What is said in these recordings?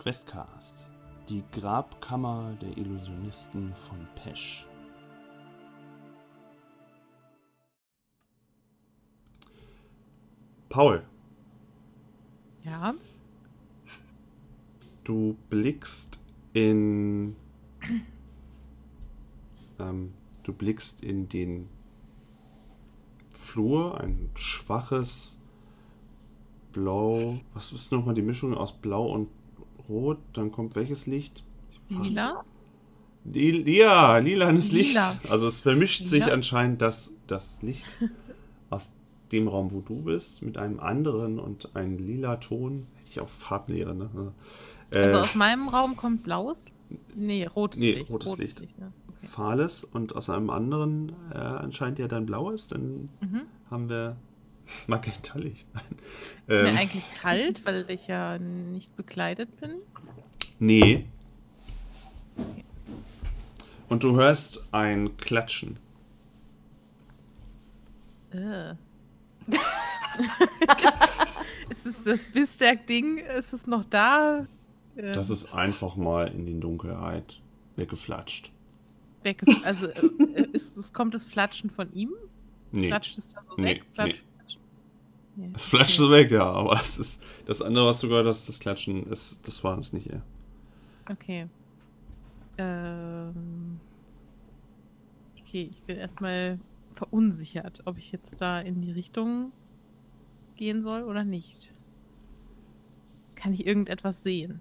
Questcast. Die Grabkammer der Illusionisten von Pesch. Paul. Ja? Du blickst in den Flur, ein schwaches Blau. Was ist nochmal die Mischung aus Blau und Rot? Dann kommt welches Licht? Lila? Ja, lilanes Licht. Lila. Also es vermischt sich Lila? anscheinend das Licht aus dem Raum, wo du bist, mit einem anderen und ein lila Ton. Hätte ich auch Farblehre, ne? Also aus meinem Raum kommt blaues? Nee, rotes Licht. Rotes Licht. Ne? Okay. Fahles und aus einem anderen anscheinend ja dann blaues. Dann haben wir Magenta-Licht. Ist mir eigentlich kalt, weil ich ja nicht bekleidet bin? Nee. Und du hörst ein Klatschen. Ist es das Bisberg-Ding? Ist es noch da? Das ist einfach mal in die Dunkelheit weggeflatscht. Also kommt das Flatschen von ihm? Nee. Flatscht es da so Nee, weg? nee. Nee. Es flatscht so weg, ja, aber es ist das andere, was du gehört hast, das Klatschen, das war es nicht, ja. Okay. Okay, ich bin erstmal verunsichert, ob ich jetzt da in die Richtung gehen soll oder nicht. Kann ich irgendetwas sehen?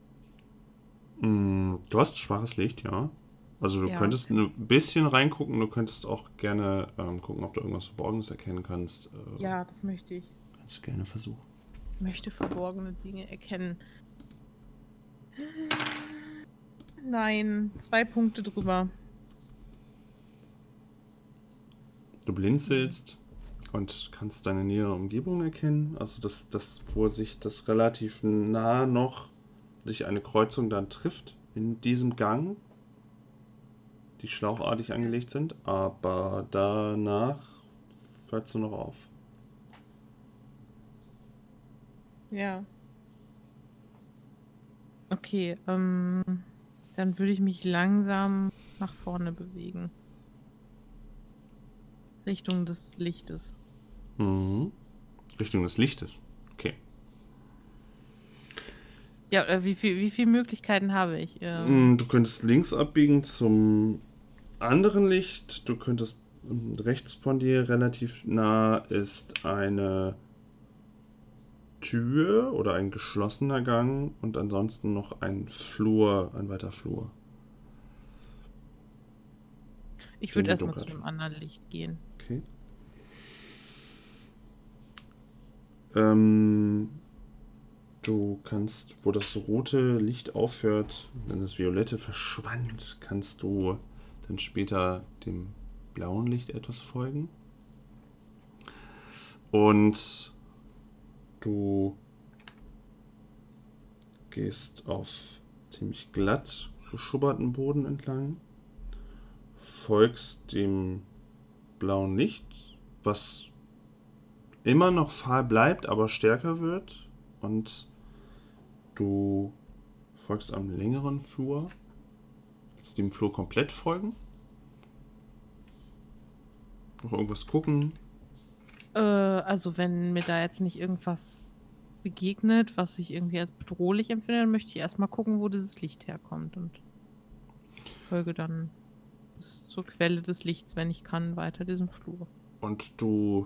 Du hast schwaches Licht, ja. Also du Ja. könntest ein bisschen reingucken, du könntest auch gerne gucken, ob du irgendwas Verborgenes erkennen kannst. Ja, das möchte ich. Kannst du gerne versuchen. Ich möchte verborgene Dinge erkennen. Nein, 2 Punkte drüber. Du blinzelst und kannst deine nähere Umgebung erkennen. Also wo sich das relativ nah noch sich eine Kreuzung dann trifft in diesem Gang, die schlauchartig angelegt sind, aber danach hört du noch auf. Ja. Okay, dann würde ich mich langsam nach vorne bewegen. Richtung des Lichtes. Richtung des Lichtes. Okay. Ja, wie viele Möglichkeiten habe ich? Du könntest links abbiegen zum anderen Licht. Du könntest rechts von dir relativ nah ist eine Tür oder ein geschlossener Gang und ansonsten noch ein weiter Flur. Ich würde erstmal zu dem anderen Licht gehen. Okay. Du kannst, wo das rote Licht aufhört, wenn das violette verschwand, kannst du dann später dem blauen Licht etwas folgen. Und du gehst auf ziemlich glatt geschubberten Boden entlang, folgst dem blauen Licht, was immer noch fahl bleibt, aber stärker wird, und du folgst am längeren Flur. Willst du dem Flur komplett folgen? Noch irgendwas gucken? Also wenn mir da jetzt nicht irgendwas begegnet, was ich irgendwie als bedrohlich empfinde, dann möchte ich erstmal gucken, wo dieses Licht herkommt und folge dann bis zur Quelle des Lichts, wenn ich kann, weiter diesem Flur. Und du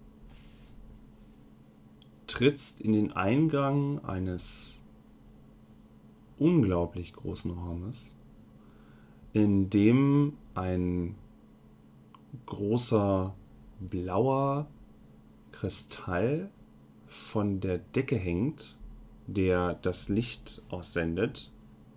trittst in den Eingang eines unglaublich großen Raumes, in dem ein großer blauer Kristall von der Decke hängt, der das Licht aussendet.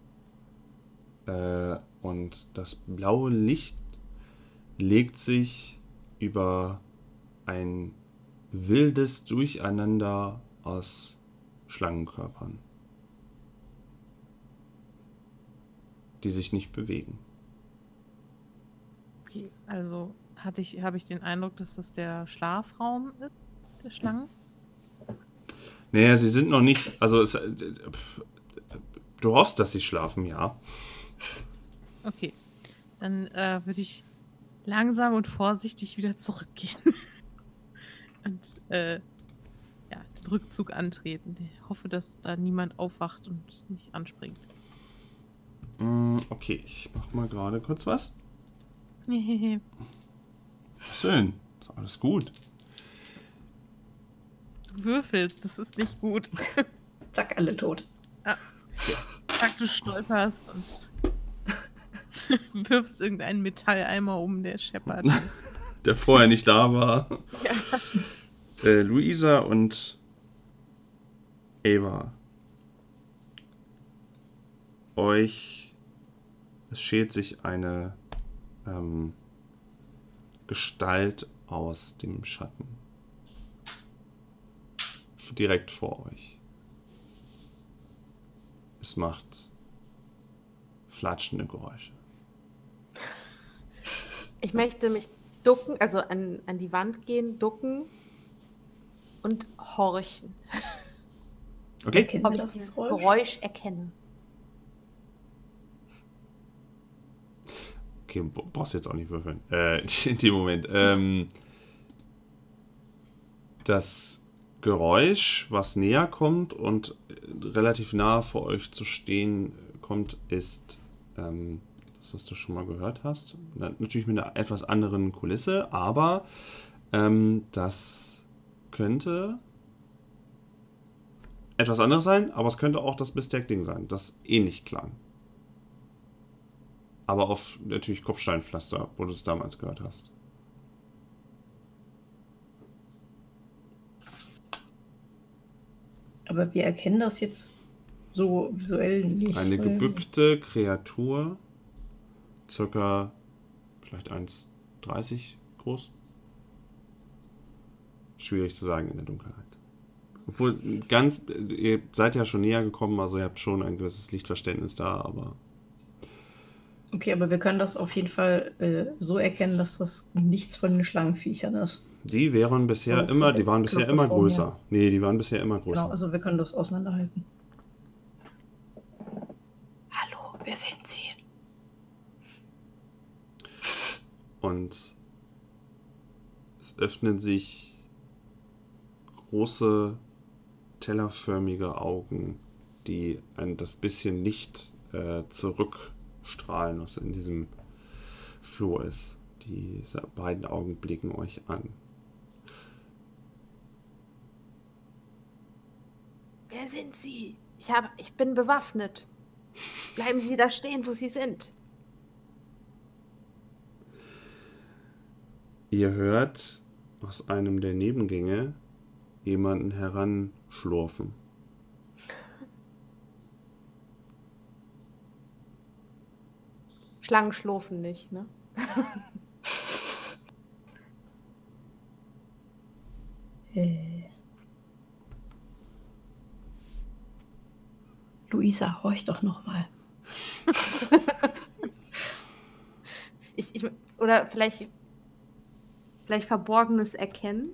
Und das blaue Licht legt sich über ein wildes Durcheinander aus Schlangenkörpern, die sich nicht bewegen. Okay, also habe ich den Eindruck, dass das der Schlafraum ist, der Schlangen? Naja, sie sind noch nicht, also Du hoffst, dass sie schlafen, ja. Okay. Dann würde ich langsam und vorsichtig wieder zurückgehen. Und den Rückzug antreten. Ich hoffe, dass da niemand aufwacht und mich anspringt. Okay, ich mach mal gerade kurz was. Du Was denn? Ist alles gut. würfelst, das ist nicht gut. Zack, alle tot. Zack, du stolperst und wirfst irgendeinen Metalleimer um, der scheppert. Der vorher nicht da war. Ja. Luisa und Ava. Es schält sich eine Gestalt aus dem Schatten. Direkt vor euch. Es macht flatschende Geräusche. Ich möchte mich ducken, also an die Wand gehen, ducken und horchen, Okay? Erkennen ob wir ich das dieses Geräusch? Geräusch erkenne. Okay, brauchst jetzt auch nicht würfeln. In dem Moment. Das Geräusch, was näher kommt und relativ nah vor euch zu stehen kommt, ist das, was du schon mal gehört hast. Natürlich mit einer etwas anderen Kulisse, aber das könnte etwas anderes sein, aber es könnte auch das Besteck-Ding sein, das ähnlich klang. Aber auf natürlich Kopfsteinpflaster, wo du es damals gehört hast. Aber wir erkennen das jetzt so visuell nicht. Eine weil- gebückte Kreatur, circa vielleicht 1,30 groß. Schwierig zu sagen in der Dunkelheit. Obwohl, ihr seid ja schon näher gekommen, also ihr habt schon ein gewisses Lichtverständnis da, aber Okay, aber wir können das auf jeden Fall so erkennen, dass das nichts von den Schlangenviechern ist. die waren bisher So, immer, die waren bisher Glocke immer vor mir. größer. Nee, die waren bisher immer größer. Genau, also wir können das auseinanderhalten. Hallo, wer sind Sie? Und es öffnen sich große, tellerförmige Augen, die das bisschen Licht zurückstrahlen, was in diesem Flur ist. Diese beiden Augen blicken euch an. Wer sind Sie? Ich bin bewaffnet. Bleiben Sie da stehen, wo Sie sind. Ihr hört aus einem der Nebengänge jemanden heranschlurfen. Schlangen schlurfen nicht, ne? Luisa, horch doch noch mal. Oder vielleicht Verborgenes erkennen.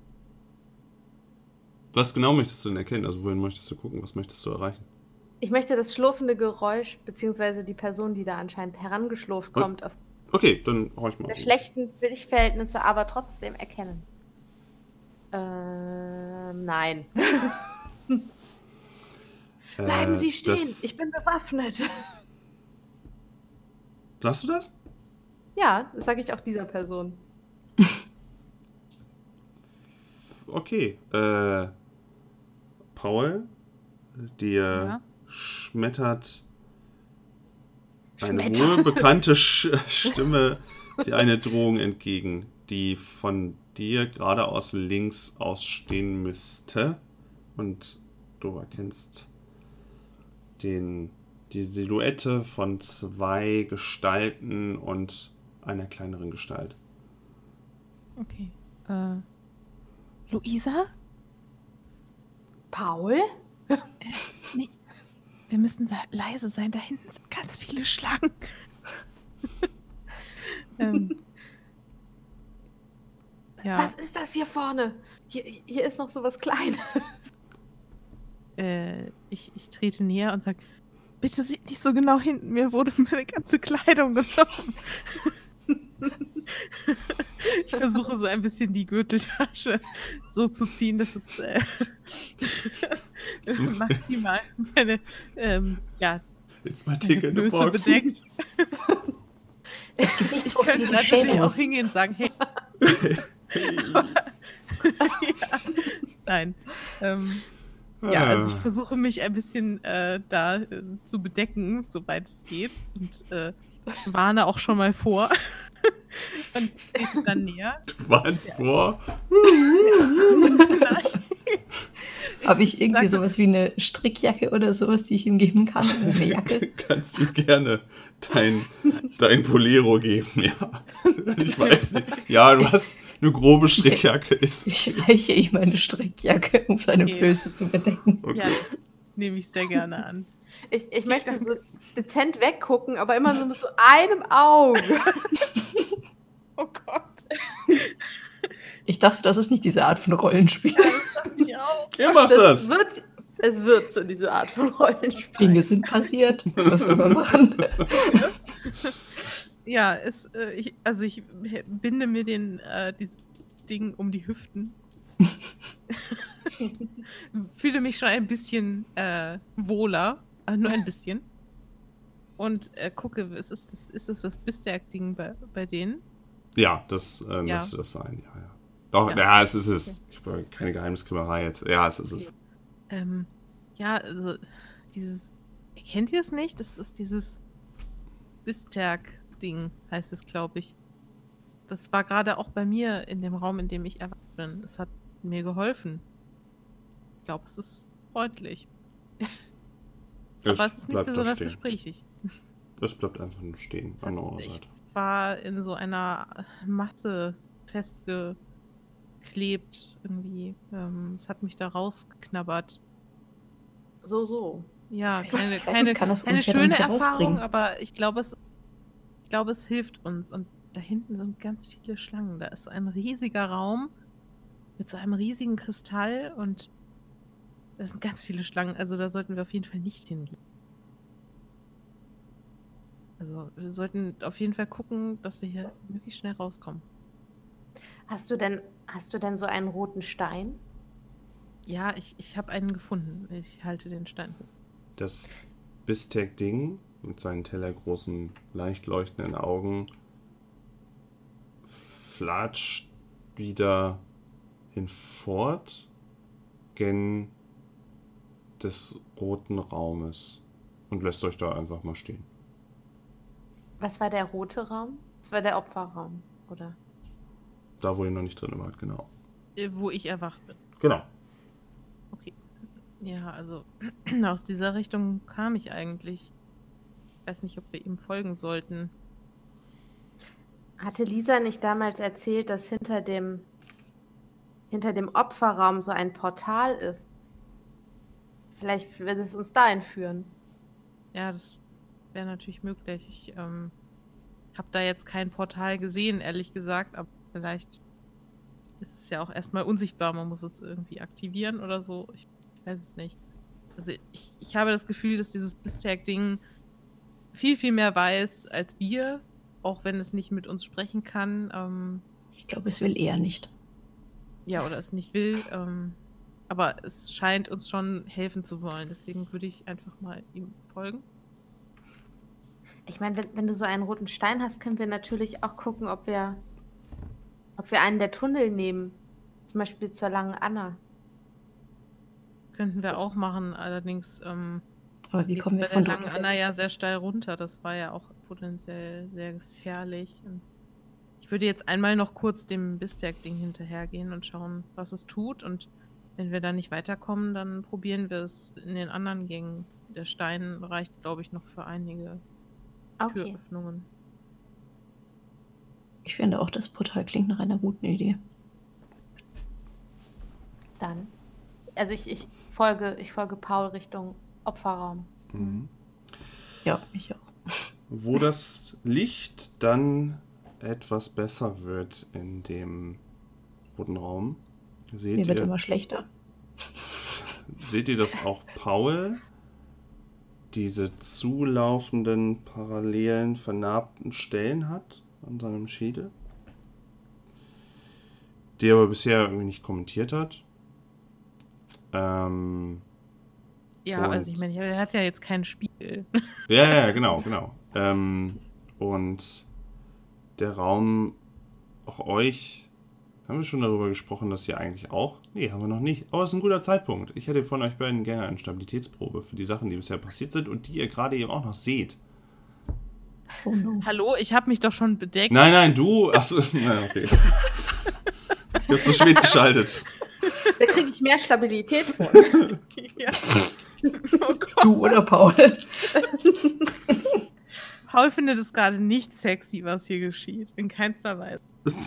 Was genau möchtest du denn erkennen? Also wohin möchtest du gucken? Was möchtest du erreichen? Ich möchte das schlurfende Geräusch, beziehungsweise die Person, die da anscheinend herangeschlurft kommt, auf Okay, dann horch mal. der schlechten Lichtverhältnisse aber trotzdem erkennen. Nein. Bleiben Sie stehen, ich bin bewaffnet. Sagst du das? Ja, das sage ich auch dieser Person. Okay. Paul, dir Ja. schmettert eine Schmettern. wohlbekannte Stimme dir eine Drohung entgegen, die von dir geradeaus links ausstehen müsste. Und du erkennst die Silhouette von zwei Gestalten und einer kleineren Gestalt. Okay. Luisa? Paul? Nee. Wir müssen leise sein. Da hinten sind ganz viele Schlangen. Ja. Was ist das hier vorne? Hier ist noch sowas Kleines. Ich trete näher und sage, bitte seht nicht so genau hinten. Mir wurde meine ganze Kleidung genommen. Ich versuche so ein bisschen die Gürteltasche so zu ziehen, dass es maximal meine Jetzt mal Tick in the Blöße Box. bedeckt. Es gibt nichts, Ich wofür könnte du dich schämen natürlich auch musst. hingehen und sagen, hey. Ja, nein. Also ich versuche mich ein bisschen zu bedecken, soweit es geht. Und warne auch schon mal vor. Und trete dann näher. Du warnst vor. Habe ich irgendwie sowas wie eine Strickjacke oder sowas, die ich ihm geben kann? Oder eine Jacke? Kannst ihm gerne dein Polero geben, ja. Ich weiß nicht. Ja, du hast eine grobe Strickjacke. Ich reiche ihm eine Strickjacke, um seine Okay. Blöße zu bedecken. Okay. Ja, nehme ich sehr gerne an. Ich möchte so dezent weggucken, aber immer nur mit so einem Auge. Oh Gott. Ich dachte, das ist nicht diese Art von Rollenspiel. Ich auch. Ihr macht das. Es wird so diese Art von Rollenspiel. Dinge sind passiert. Was soll man machen? Ja, ich binde mir dieses Ding um die Hüften. Fühle mich schon ein bisschen wohler, nur ein bisschen. Und gucke, ist es das Bisstag-Ding bei denen? Ja, das müsste das sein. Ja. Doch, Ja. ja, es ist es. Ich wollte keine Geheimniskrämerei jetzt. Ja, es ist es. Ja, also kennt ihr es nicht? Das ist dieses Bisstag-Ding, heißt es, glaube ich. Das war gerade auch bei mir in dem Raum, in dem ich erwacht bin. Es hat mir geholfen. Ich glaube, es ist freundlich. Aber es ist nicht besonders gesprächig. Es bleibt einfach nur stehen an eurer Ich Seite. war in so einer Masse festgeklebt irgendwie. Es hat mich da rausgeknabbert. So. Ja, keine kann das uns ja schöne dann Erfahrung, rausbringen. aber ich glaube, es hilft uns. Und da hinten sind ganz viele Schlangen. Da ist ein riesiger Raum mit so einem riesigen Kristall und da sind ganz viele Schlangen. Also da sollten wir auf jeden Fall nicht hingehen. Also wir sollten auf jeden Fall gucken, dass wir hier möglichst schnell rauskommen. Hast du denn so einen roten Stein? Ja, ich habe einen gefunden. Ich halte den Stein hoch. Das Bistek-Ding mit seinen tellergroßen, leicht leuchtenden Augen flatscht wieder hinfort gen des roten Raumes und lässt euch da einfach mal stehen. Was war der rote Raum? Das war der Opferraum, oder? Da, wo ihr noch nicht drin wart, genau. Wo ich erwacht bin. Genau. Okay. Ja, also aus dieser Richtung kam ich eigentlich. Ich weiß nicht, ob wir ihm folgen sollten. Hatte Lisa nicht damals erzählt, dass hinter dem Opferraum so ein Portal ist? Vielleicht wird es uns dahin führen. Ja, das wäre natürlich möglich. Ich habe da jetzt kein Portal gesehen, ehrlich gesagt, aber vielleicht ist es ja auch erstmal unsichtbar. Man muss es irgendwie aktivieren oder so. Ich weiß es nicht. Also ich habe das Gefühl, dass dieses Bistek-Ding viel, viel mehr weiß als wir, auch wenn es nicht mit uns sprechen kann. Ich glaube, es will eher nicht. Ja, oder es nicht will. Aber es scheint uns schon helfen zu wollen. Deswegen würde ich einfach mal ihm folgen. Ich meine, wenn du so einen roten Stein hast, können wir natürlich auch gucken, ob wir einen der Tunnel nehmen. Zum Beispiel zur Langen Anna. Könnten wir auch machen, allerdings Aber wie geht's kommen wir bei von der dort Langen weg? Anna ja sehr steil runter. Das war ja auch potenziell sehr gefährlich. Und ich würde jetzt einmal noch kurz dem Bistek-Ding hinterhergehen und schauen, was es tut. Und wenn wir da nicht weiterkommen, dann probieren wir es in den anderen Gängen. Der Stein reicht, glaube ich, noch für einige Okay. Türöffnungen. Ich finde auch, das Portal klingt nach einer guten Idee. Dann. Also ich folge Paul Richtung Opferraum. Mhm. Ja, ich auch. Wo das Licht dann etwas besser wird in dem roten Raum, Mir seht wird ihr, immer schlechter. dass auch Paul diese zulaufenden, parallelen, vernarbten Stellen hat an seinem Schädel, die er aber bisher irgendwie nicht kommentiert hat. Ja, Und- also ich meine, er hat ja jetzt keinen Spiegel. Ja, genau. Und der Raum, auch euch, haben wir schon darüber gesprochen, dass ihr eigentlich auch? Nee, haben wir noch nicht. Aber es ist ein guter Zeitpunkt. Ich hätte von euch beiden gerne eine Stabilitätsprobe für die Sachen, die bisher passiert sind und die ihr gerade eben auch noch seht. Oh no. Hallo, ich habe mich doch schon bedeckt. Nein, du. Achso, na, okay. Ich hab zu spät geschaltet. Da kriege ich mehr Stabilität von. Ja. Oh Gott. Du oder Paul? Paul findet es gerade nicht sexy, was hier geschieht. In keinster Weise.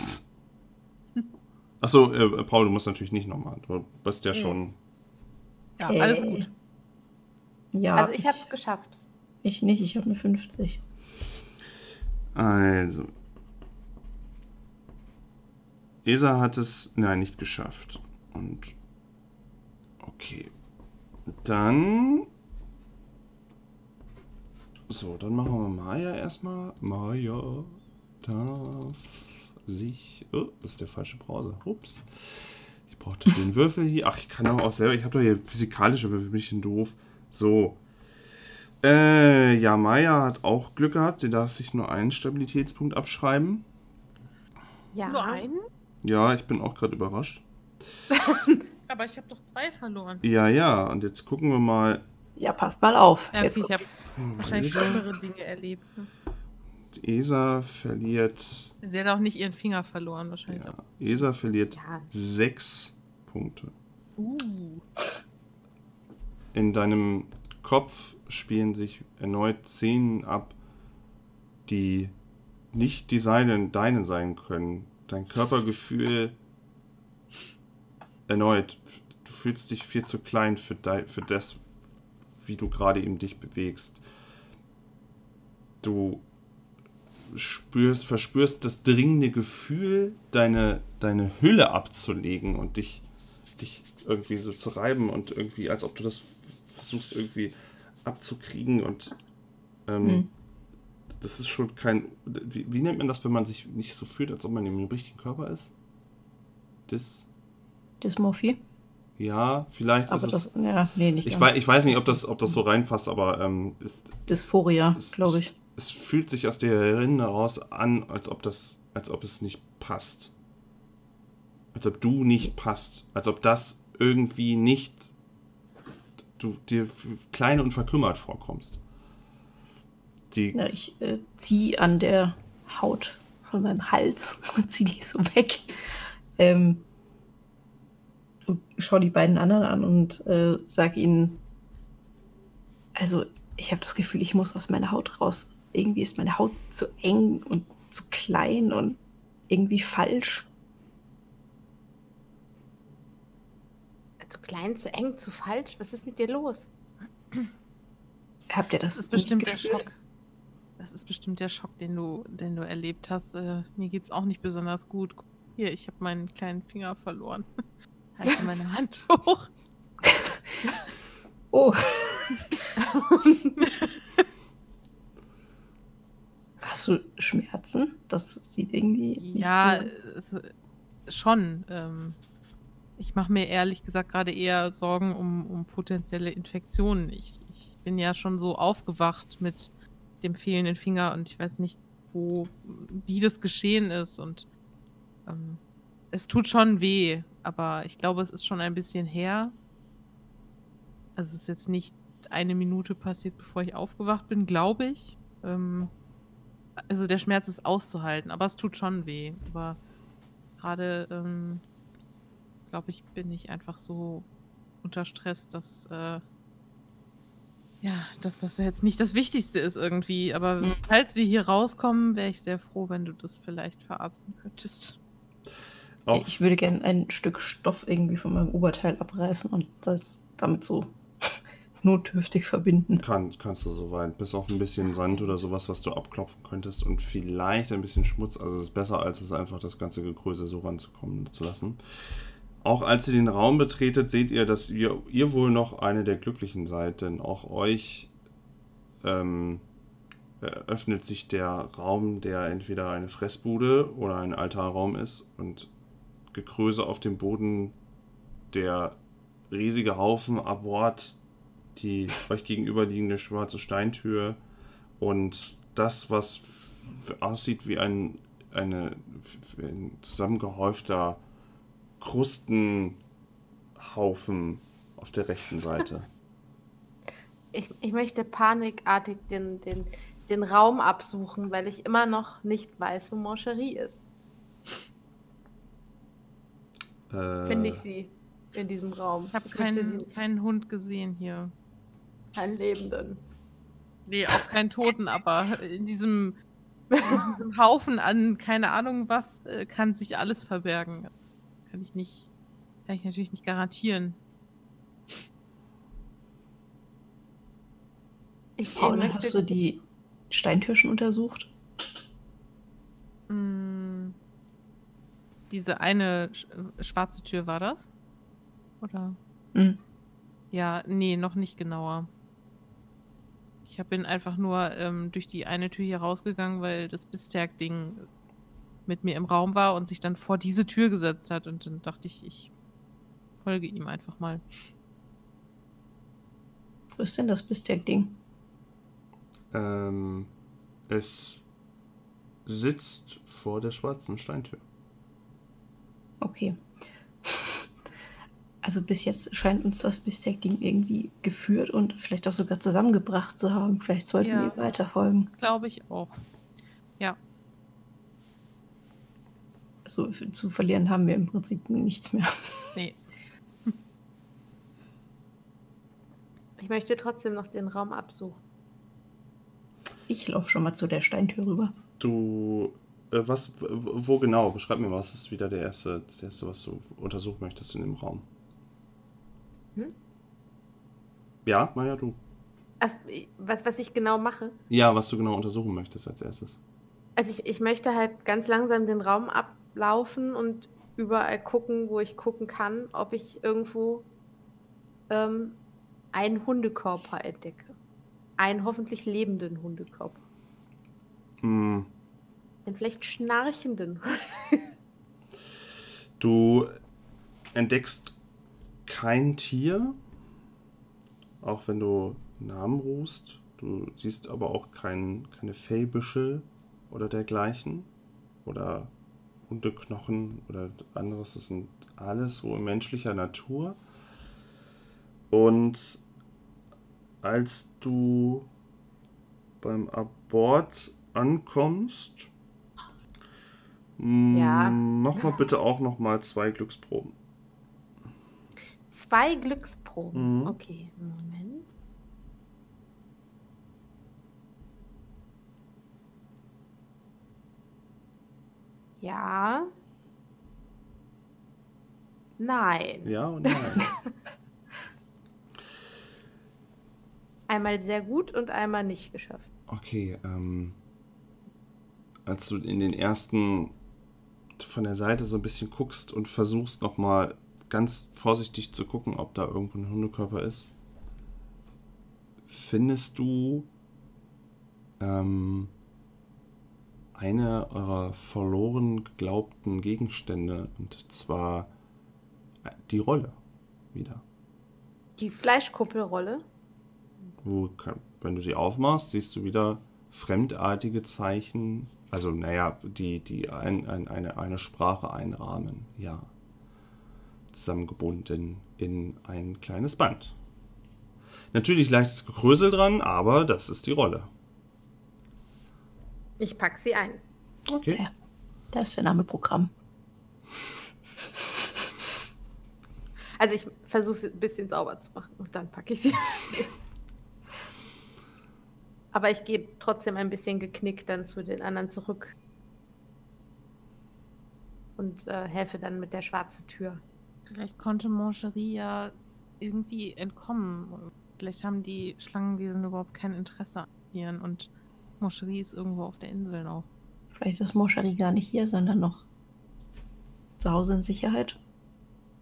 Achso, Paul, du musst natürlich nicht nochmal. Du bist ja schon. Ja, alles gut. Ja, Also ich habe es geschafft. ich nicht, ich habe eine 50. Also. Esa hat es, nicht geschafft. Und. Okay. Dann. So, dann machen wir Maya erstmal. Maya darf sich. Oh, das ist der falsche Browser. Ups. Ich brauchte den Würfel hier. Ach, ich kann doch auch selber. Ich habe doch hier physikalische Würfel, bin ich denn doof. So. Ja, Maya hat auch Glück gehabt. Sie darf sich nur einen Stabilitätspunkt abschreiben. Ja. Nur einen? Ja, ich bin auch gerade überrascht. Aber ich habe doch 2 verloren. Ja, und jetzt gucken wir mal. Ja, passt mal auf. Ja, Jetzt okay, ich habe wahrscheinlich Esa, schlimmere Dinge erlebt. Ne? Esa verliert. Sie hat auch nicht ihren Finger verloren, wahrscheinlich. Ja, Esa verliert Ja. 6 Punkte. Auch. In deinem Kopf spielen sich erneut Szenen ab, die nicht die deine sein können. Dein Körpergefühl erneut. Du fühlst dich viel zu klein für das, wie du gerade eben dich bewegst. Du verspürst das dringende Gefühl, deine Hülle abzulegen und dich irgendwie so zu reiben und irgendwie, als ob du das versuchst irgendwie abzukriegen und das ist schon kein... Wie nennt man das, wenn man sich nicht so fühlt, als ob man im richtigen Körper ist? Dysmorphie. Ja, vielleicht Aber ist es... das, ja, nee, nicht. Ich ganz. weiß nicht, ob das so reinfasst, aber Dysphoria, glaube ich. es fühlt sich aus der Erinnerung heraus an, als ob es nicht passt. Als ob du nicht passt. Als ob das irgendwie nicht... Du dir klein und verkümmert vorkommst. Ja, ich ziehe an der Haut von meinem Hals und ziehe die so weg. Und schaue die beiden anderen an und sage ihnen, also ich habe das Gefühl, ich muss aus meiner Haut raus. Irgendwie ist meine Haut zu eng und zu klein und irgendwie falsch. Zu klein, zu eng, zu falsch. Was ist mit dir los? Habt ihr das? Das ist bestimmt nicht der gespürt? Schock. Das ist bestimmt der Schock, den du erlebt hast. Mir geht's auch nicht besonders gut. Hier, ich habe meinen kleinen Finger verloren. Halte meine Hand hoch. Oh. Hast du Schmerzen? Das sieht irgendwie nicht Ja, so... schon. Ich mache mir ehrlich gesagt gerade eher Sorgen um potenzielle Infektionen. Ich bin ja schon so aufgewacht mit dem fehlenden Finger und ich weiß nicht, wie das geschehen ist. Und es tut schon weh, aber ich glaube, es ist schon ein bisschen her. Also es ist jetzt nicht 1 Minute passiert, bevor ich aufgewacht bin, glaube ich. Also der Schmerz ist auszuhalten, aber es tut schon weh. Aber gerade, glaube ich, bin ich einfach so unter Stress, dass das jetzt nicht das Wichtigste ist irgendwie. Aber falls wir hier rauskommen, wäre ich sehr froh, wenn du das vielleicht verarzten könntest. Auch Ich würde gerne ein Stück Stoff irgendwie von meinem Oberteil abreißen und das damit so notdürftig verbinden. kannst du soweit, bis auf ein bisschen Sand oder sowas, was du abklopfen könntest und vielleicht ein bisschen Schmutz. Also es ist besser, als es einfach das ganze Gegröße so ranzukommen zu lassen. Auch als ihr den Raum betretet, seht ihr, dass ihr wohl noch eine der Glücklichen seid, denn auch euch öffnet sich der Raum, der entweder eine Fressbude oder ein alter Raum ist und Gekröse auf dem Boden, der riesige Haufen an Bord, die euch gegenüberliegende schwarze Steintür und das, was aussieht wie ein zusammengehäufter Krustenhaufen auf der rechten Seite. Ich möchte panikartig den Raum absuchen, weil ich immer noch nicht weiß, wo Moncherie ist. Finde ich sie in diesem Raum. Ich habe keinen Hund gesehen hier. Keinen Lebenden. Nee, auch keinen Toten, aber in diesem Haufen an keine Ahnung was kann sich alles verbergen. Kann ich natürlich nicht garantieren. Paul, hast du die Steintür schon untersucht? Diese eine schwarze Tür war das? Oder? Ja, nee, noch nicht genauer. Ich bin einfach nur durch die eine Tür hier rausgegangen, weil das Bisterk-Ding mit mir im Raum war und sich dann vor diese Tür gesetzt hat. Und dann dachte ich, ich folge ihm einfach mal. Wo ist denn das Bisterk-Ding? Es sitzt vor der schwarzen Steintür. Okay. Also bis jetzt scheint uns das Bisterk-Ding irgendwie geführt und vielleicht auch sogar zusammengebracht zu haben. Vielleicht sollten wir weiterfolgen. Das glaube ich auch. Ja. Also zu verlieren haben wir im Prinzip nichts mehr. Nee. Ich möchte trotzdem noch den Raum absuchen. Ich laufe schon mal zu der Steintür rüber. Du, wo genau? Beschreib mir mal, was ist wieder das erste, was du untersuchen möchtest in dem Raum? Ja, Maja, du. Also, was ich genau mache? Ja, was du genau untersuchen möchtest als erstes. Also ich möchte halt ganz langsam den Raum ablaufen und überall gucken, wo ich gucken kann, ob ich irgendwo einen Hundekörper entdecke. Einen hoffentlich lebenden Hundekörper. Einen vielleicht schnarchenden. Du entdeckst kein Tier, auch wenn du Namen rufst. Du siehst aber auch keine Fellbüschel oder dergleichen. Oder Hundeknochen oder anderes. Das sind alles wohl menschlicher Natur. Und als du beim Abort ankommst, mach mal bitte auch noch mal 2 Glücksproben. 2 Glücksproben? Okay, Moment. Ja. Nein. Ja und nein. Einmal sehr gut und einmal nicht geschafft. Okay, als du in den ersten von der Seite so ein bisschen guckst und versuchst nochmal ganz vorsichtig zu gucken, ob da irgendwo ein Hundekörper ist, findest du eine eurer verloren geglaubten Gegenstände, und zwar die Rolle wieder. Die Fleischkuppelrolle? Wenn du sie aufmachst, siehst du wieder fremdartige Zeichen, also die eine Sprache einrahmen, ja. Zusammengebunden in ein kleines Band. Natürlich leichtes Gekrösel dran, aber das ist die Rolle. Ich pack sie ein. Okay. Ja, da ist der Name Programm. Also ich versuche es ein bisschen sauber zu machen und dann packe ich sie ein. Aber ich gehe trotzdem ein bisschen geknickt dann zu den anderen zurück. Und helfe dann mit der schwarzen Tür. Vielleicht konnte Moncherie ja irgendwie entkommen. Vielleicht haben die Schlangenwesen überhaupt kein Interesse an ihnen und Moncherie ist irgendwo auf der Insel noch. Vielleicht ist Moncherie gar nicht hier, sondern noch zu Hause in Sicherheit.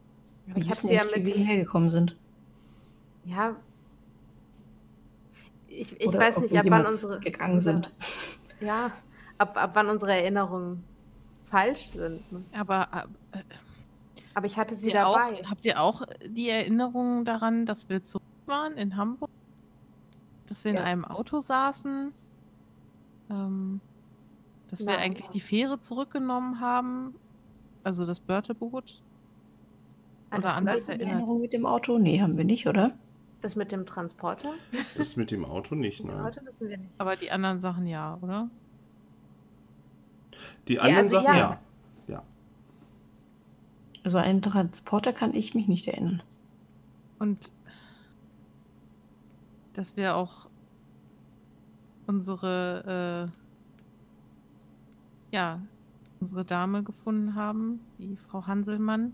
Ich habe sie ja wie wir hierher gekommen sind. Ja. Ich Oder weiß ob nicht, wir ab wann jemals unsere. gegangen sind. Ja, ab wann unsere Erinnerungen falsch sind. Ne? Aber Aber ich hatte sie ihr auch, dabei. habt ihr auch die Erinnerung daran, dass wir zurück waren in Hamburg? Dass wir in Ja. einem Auto saßen? Dass wir Nein. eigentlich die Fähre zurückgenommen haben? Also das Börteboot? An Oder das an was Börteboot? erinnert? Erinnerung mit dem Auto? Nee, haben wir nicht, oder? Das mit dem Transporter? Das mit dem Auto nicht, Mit dem nein. Auto wissen wir nicht. Aber die anderen Sachen ja, oder? Die anderen also Sachen, ja. ja. Also an einen Transporter kann ich mich nicht erinnern. Und dass wir auch unsere Dame gefunden haben, die Frau Hanselmann.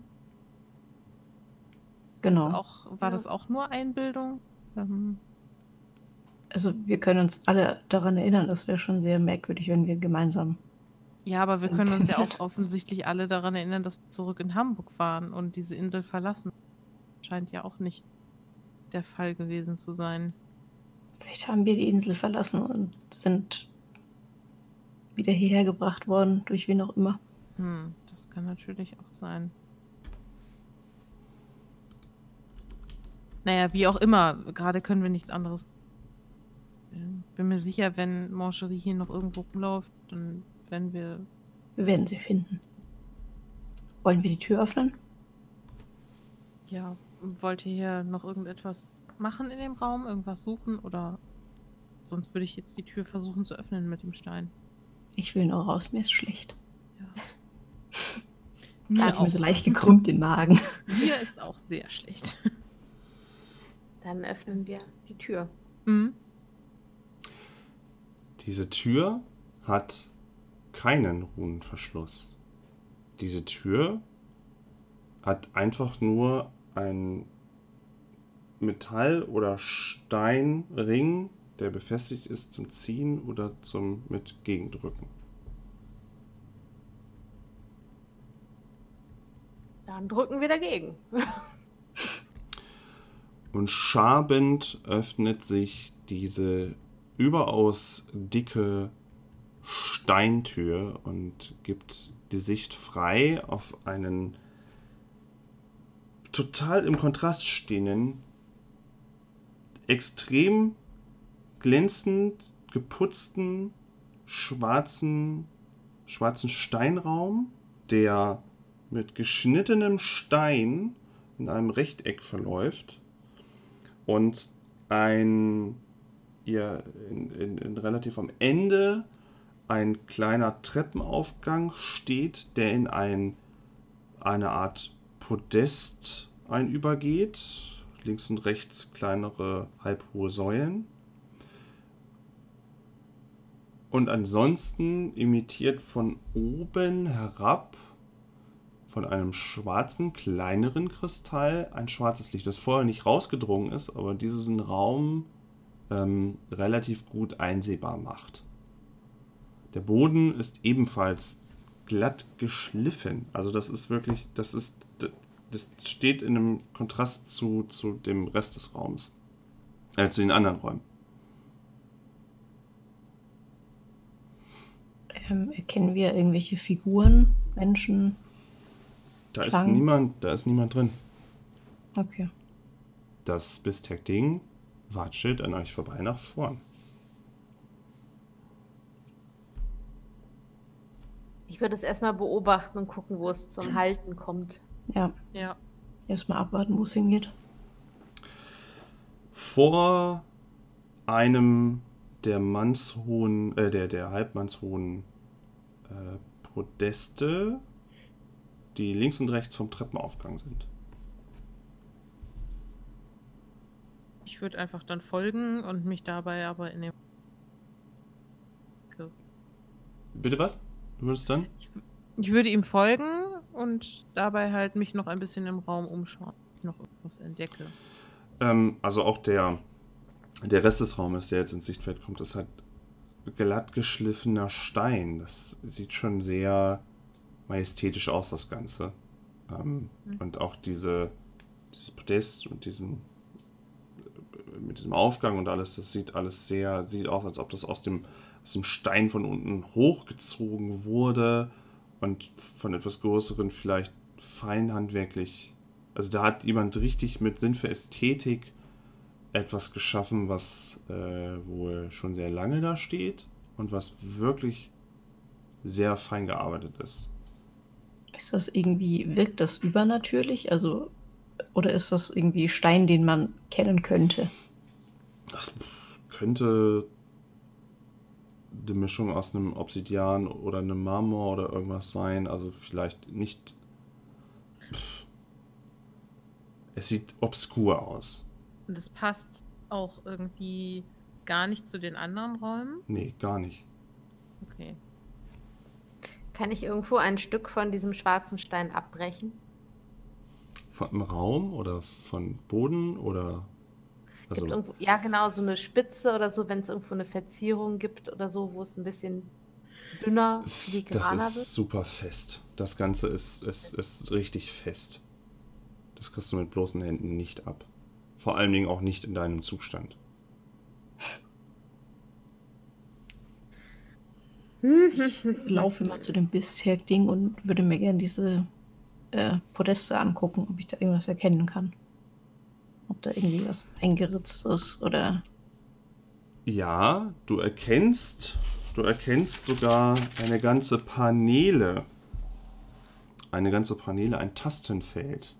Genau. War das auch nur Einbildung? Also wir können uns alle daran erinnern, das wäre schon sehr merkwürdig, wenn wir gemeinsam. Ja, aber wir können uns ja auch Funktioniert. offensichtlich alle daran erinnern, dass wir zurück in Hamburg waren und diese Insel verlassen. Scheint ja auch nicht der Fall gewesen zu sein. Vielleicht haben wir die Insel verlassen und sind wieder hierher gebracht worden, durch wen auch immer. Das kann natürlich auch sein. Naja, wie auch immer, gerade können wir nichts anderes. Bin mir sicher, wenn Mancherie hier noch irgendwo rumläuft, dann werden wir. Wir werden sie finden. Wollen wir die Tür öffnen? Ja, wollt ihr hier noch irgendetwas machen in dem Raum? Irgendwas suchen? Oder sonst würde ich jetzt die Tür versuchen zu öffnen mit dem Stein. Ich will nur raus, mir ist schlecht. Ja. Da hat mir so leicht gekrümmt den Magen. Mir ist auch sehr schlecht. Dann öffnen wir die Tür. Mhm. Diese Tür hat keinen Runenverschluss. Diese Tür hat einfach nur einen Metall- oder Steinring, der befestigt ist zum Ziehen oder zum mit Gegendrücken. Dann drücken wir dagegen. Und schabend öffnet sich diese überaus dicke Steintür und gibt die Sicht frei auf einen total im Kontrast stehenden, extrem glänzend geputzten, schwarzen Steinraum, der mit geschnittenem Stein in einem Rechteck verläuft und relativ am Ende ein kleiner Treppenaufgang steht, der in eine Art Podest einübergeht. Links und rechts kleinere halbhohe Säulen. Und ansonsten imitiert von oben herab von einem schwarzen, kleineren Kristall ein schwarzes Licht, das vorher nicht rausgedrungen ist, aber diesen Raum relativ gut einsehbar macht. Der Boden ist ebenfalls glatt geschliffen. Also das steht in einem Kontrast zu dem Rest des Raums. Zu den anderen Räumen. Erkennen wir irgendwelche Figuren, Menschen? Da ist Schlangen? niemand drin. Okay. Das Bistec-Ding watschelt an euch vorbei nach vorn. Ich würde es erstmal beobachten und gucken, wo es zum Halten kommt. Ja, Ja. erstmal abwarten, wo es hingeht. Vor einem der halbmannshohen Podeste, die links und rechts vom Treppenaufgang sind. Ich würde einfach dann folgen und mich dabei aber in dem. Bitte was? Du würdest dann? Ich würde ihm folgen und dabei halt mich noch ein bisschen im Raum umschauen, ob ich noch irgendwas entdecke. Also auch der Rest des Raumes, der jetzt ins Sichtfeld kommt, ist halt glatt geschliffener Stein. Das sieht schon sehr majestätisch aus, das Ganze. Und auch dieses Podest und mit diesem Aufgang und alles, das sieht aus, als ob das aus dem Stein von unten hochgezogen wurde und von etwas größeren vielleicht feinhandwerklich. Also da hat jemand richtig mit Sinn für Ästhetik etwas geschaffen, was wohl schon sehr lange da steht und was wirklich sehr fein gearbeitet ist. Wirkt das übernatürlich? Also, oder ist das irgendwie Stein, den man kennen könnte? Das könnte die Mischung aus einem Obsidian oder einem Marmor oder irgendwas sein. Also vielleicht nicht. Es sieht obskur aus. Und es passt auch irgendwie gar nicht zu den anderen Räumen? Nee, gar nicht. Okay. Kann ich irgendwo ein Stück von diesem schwarzen Stein abbrechen? Von im Raum oder von Boden oder. Also, Gibt irgendwo, ja, genau, so eine Spitze oder so, wenn es irgendwo eine Verzierung gibt oder so, wo es ein bisschen dünner, das filigraner ist wird. super fest. Das Ganze ist richtig fest. Das kriegst du mit bloßen Händen nicht ab. Vor allen Dingen auch nicht in deinem Zustand. Ich laufe mal zu dem Bisherk-Ding und würde mir gerne diese Podeste angucken, ob ich da irgendwas erkennen kann. Ob da irgendwie was eingeritzt ist oder. Ja, du erkennst sogar eine ganze Paneele, ein Tastenfeld.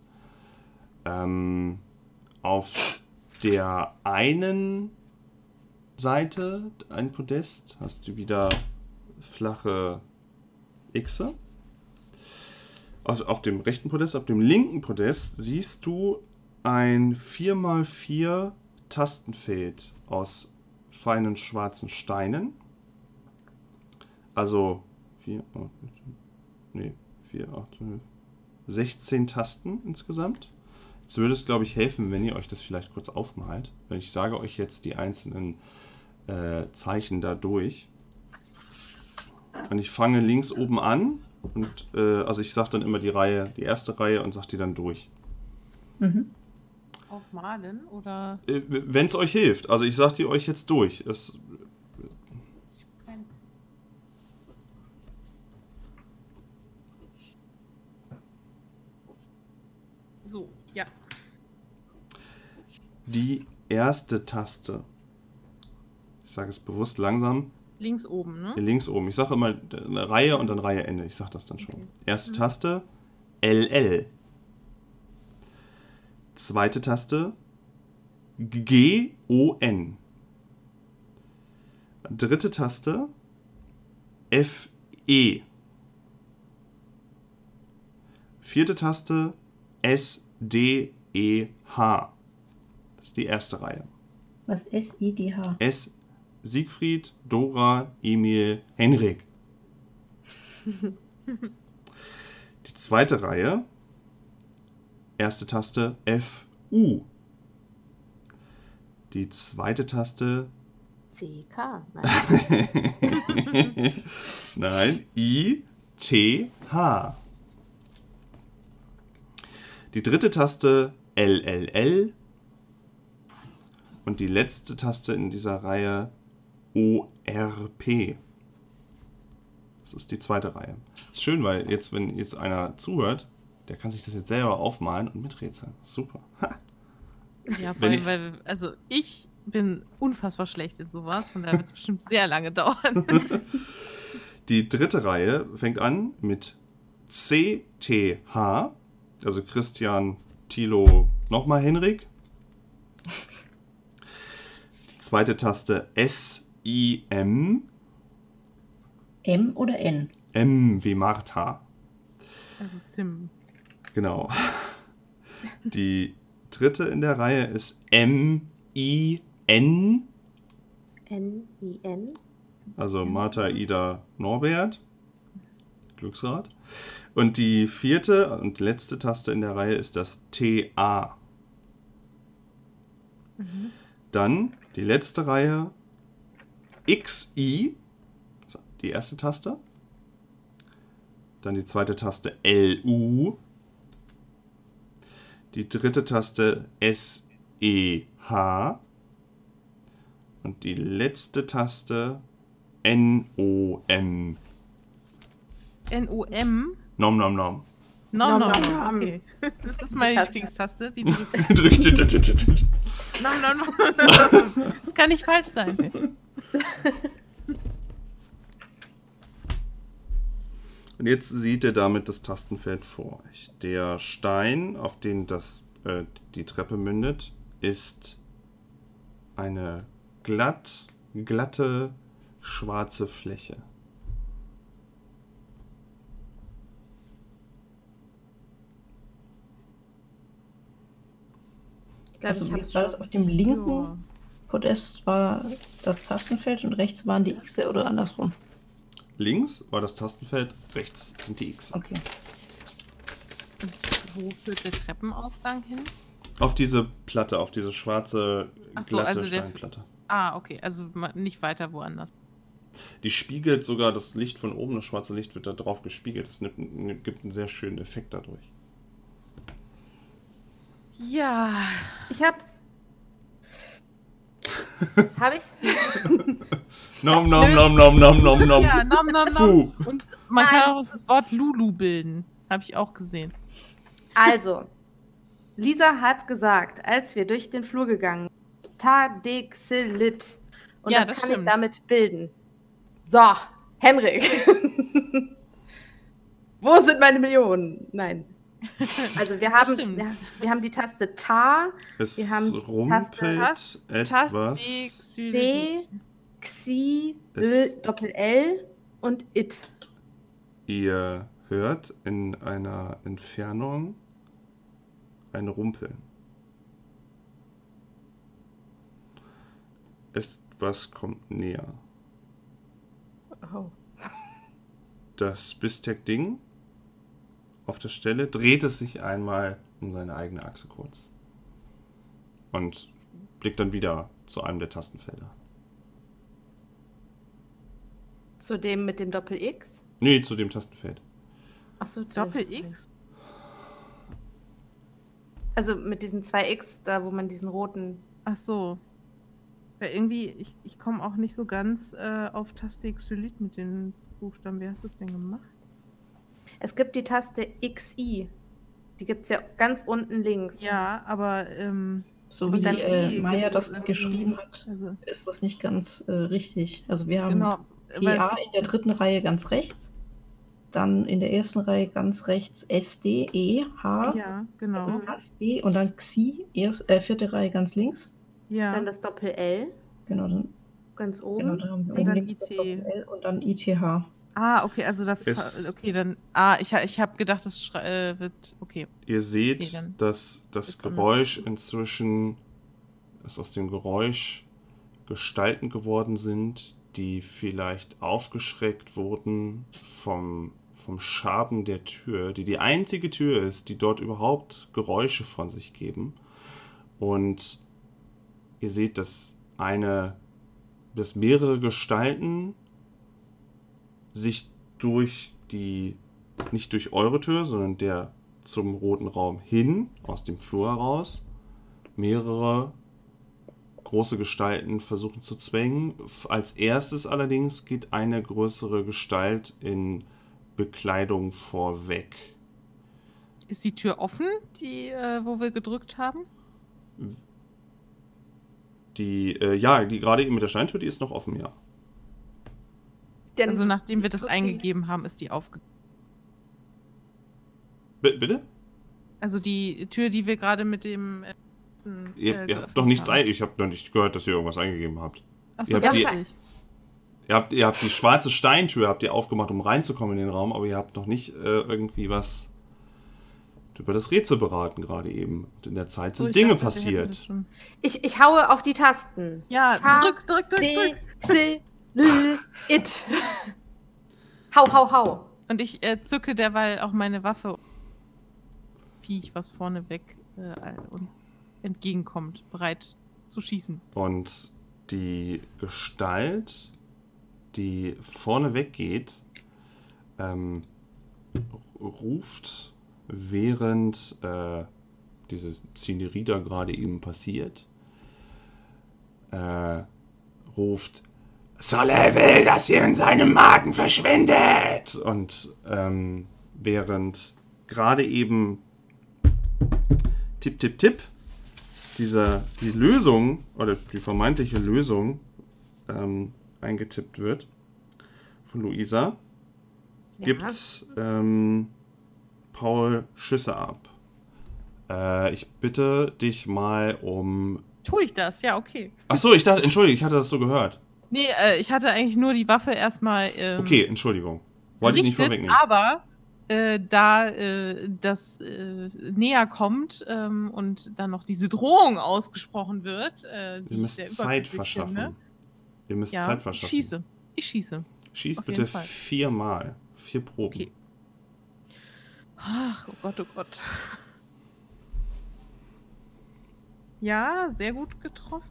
Auf der einen Seite, ein Podest, hast du wieder flache Xe. Auf dem rechten Podest, auf dem linken Podest siehst du ein 4x4 Tastenfeld aus feinen schwarzen Steinen. Also 16 Tasten insgesamt. Es würde es, glaube ich, helfen, wenn ihr euch das vielleicht kurz aufmalt. Weil ich sage euch jetzt die einzelnen Zeichen da durch. Und ich fange links oben an. Und also ich sage dann immer die erste Reihe und sage die dann durch. Mhm. Aufmalen oder? Wenn es euch hilft. Also ich sage die euch jetzt durch. So, ja. Die erste Taste. Ich sage es bewusst langsam. Links oben, ne? Links oben. Ich sage immer eine Reihe und dann Reihe Ende. Ich sage das dann schon. Okay. Erste Taste LL. Zweite Taste GON. Dritte Taste FE. Vierte Taste SDEH. Das ist die erste Reihe. Was SIDH? S Siegfried, Dora, Emil, Henrik. Die zweite Reihe. Erste Taste FU. Die zweite Taste CK. Nein, ITH. Die dritte Taste LLL. Und die letzte Taste in dieser Reihe ORP. Das ist die zweite Reihe. Ist schön, weil wenn jetzt einer zuhört, der kann sich das jetzt selber aufmalen und miträtseln. Super. Ha. Ja, vor allem, weil, also ich bin unfassbar schlecht in sowas, von daher wird es bestimmt sehr lange dauern. Die dritte Reihe fängt an mit CTH, also Christian, Thilo, nochmal Henrik. Die zweite Taste SIM. M oder N? M wie Martha. Also Sim. Genau. Die dritte in der Reihe ist MIN. NIN. Also Martha, Ida, Norbert. Glücksrad. Und die vierte und letzte Taste in der Reihe ist das TA. Dann die letzte Reihe XI. Die erste Taste. Dann die zweite Taste LU. Die dritte Taste SEH. Und die letzte Taste N-O-M. N-O-M? Nom nom nom. Nom, nom, Nom, nom. nom. Okay. Das ist meine Taste. Lieblingstaste. Die drücke ich. Drück. Nom, nom, nom. Das kann nicht falsch sein. Und jetzt seht ihr damit das Tastenfeld vor euch. Der Stein, auf den die Treppe mündet, ist eine glatte, schwarze Fläche. Ich glaube, Also ich habe war das auf dem linken Ja. Podest war das Tastenfeld und rechts waren die X oder andersrum? Links war das Tastenfeld, rechts sind die X. Okay. Und wo führt der Treppenaufgang hin? Auf diese Platte, auf diese schwarze, Ach so, glatte also der- Steinplatte. Ah, okay. Also nicht weiter woanders. Die spiegelt sogar das Licht von oben, das schwarze Licht wird da drauf gespiegelt. Das gibt einen sehr schönen Effekt dadurch. Ja. Ich hab's. Hab ich? Nom nom nom nom nom nom nom. Ja, nom, nom, nom. Puh. Und man Nein. kann auch das Wort Lulu bilden. Habe ich auch gesehen. Also, Lisa hat gesagt, als wir durch den Flur gegangen sind, Tadexelit. Und Ja, das das kann ich stimmt. damit bilden. So, Henrik. Wo sind meine Millionen? Nein. Also wir haben, stimmt. wir haben die Taste Ta, Es Wir haben die rumpelt etwas. D, Xi, Es- L, Doppel-L und It. Ihr hört in einer Entfernung ein Rumpeln. Etwas kommt näher. Oh. Das Bistek-Ding auf der Stelle dreht es sich einmal um seine eigene Achse kurz. Und blickt dann wieder zu einem der Tastenfelder. Zu dem mit dem Doppel-X? Nee, zu dem Tastenfeld. Achso, Doppel-X? Also mit diesen zwei X, da wo man diesen roten. Ach so. Ja, irgendwie, ich komme auch nicht so ganz auf Taste Xylit mit den Buchstaben. Wie hast du das denn gemacht? Es gibt die Taste XI. Die gibt es ja ganz unten links. Ja, aber So Und wie dann Maya gibt das es irgendwie- geschrieben hat, also, ist das nicht ganz richtig. Also wir haben genau. weil es PA in der dritten Reihe ganz rechts, dann in der ersten Reihe ganz rechts SD, E, H, gibt- ja, genau. also SD und dann Xi, vierte Reihe ganz links. Ja. Dann das Doppel-L Genau, dann, ganz genau, oben. dann haben wir Und oben dann links das IT. Doppel-L und dann ITH. Ah, okay, also da. Es- Okay, dann. Ich habe gedacht, das wird. Okay. Ihr seht, Okay, dann dass das ist anders. Geräusch inzwischen, dass aus dem Geräusch Gestalten geworden sind, die vielleicht aufgeschreckt wurden vom Schaben der Tür, die einzige Tür ist, die dort überhaupt Geräusche von sich geben. Und ihr seht, dass mehrere Gestalten sich nicht durch eure Tür, sondern der zum roten Raum hin, aus dem Flur heraus, mehrere große Gestalten versuchen zu zwängen. Als erstes allerdings geht eine größere Gestalt in Bekleidung vorweg. Ist die Tür offen, wo wir gedrückt haben? Die gerade eben mit der Steintür, die ist noch offen, ja. Denn Also nachdem wir das drück die- eingegeben haben, ist die aufgegangen. Bitte? Also die Tür, die wir gerade mit dem. Ihr habt geöffnet doch nichts haben. Ich habe noch nicht gehört, dass ihr irgendwas eingegeben habt. Achso, Ihr habt das die- nicht. Ihr habt die schwarze Steintür habt ihr aufgemacht, um reinzukommen in den Raum, aber ihr habt noch nicht irgendwie was über das Rätsel beraten gerade eben. Und in der Zeit So, sind ich Dinge dachte, wir hätten das passiert. schon- Ich haue auf die Tasten. Ja, Ta- drück. D, Xi, L, It. Hau. Und ich zücke derweil auch meine Waffe. Viech, was vorne weg uns entgegenkommt, bereit zu schießen. Und die Gestalt, die vorne weggeht, ruft, während diese Szenerie da gerade eben passiert, ruft, soll er will, dass ihr in seinem Magen verschwindet. Und während gerade eben tipp, tipp, tipp, die Lösung oder die vermeintliche Lösung eingetippt wird von Luisa, gibt Paul Schüsse ab. Ich bitte dich mal um... Tue ich das? Ja, okay. Achso, entschuldige, ich hatte das so gehört. Nee, ich hatte eigentlich nur die Waffe erstmal okay, Entschuldigung. Wollte ich nicht vorwegnehmen. Aber da das näher kommt und dann noch diese Drohung ausgesprochen wird, Ihr müsst Zeit verschaffen. Ihr müsst Zeit verschaffen. Ich schieße. Schieß bitte 4-mal. 4 Proben. Okay. Ach, oh Gott, oh Gott. Ja, sehr gut getroffen.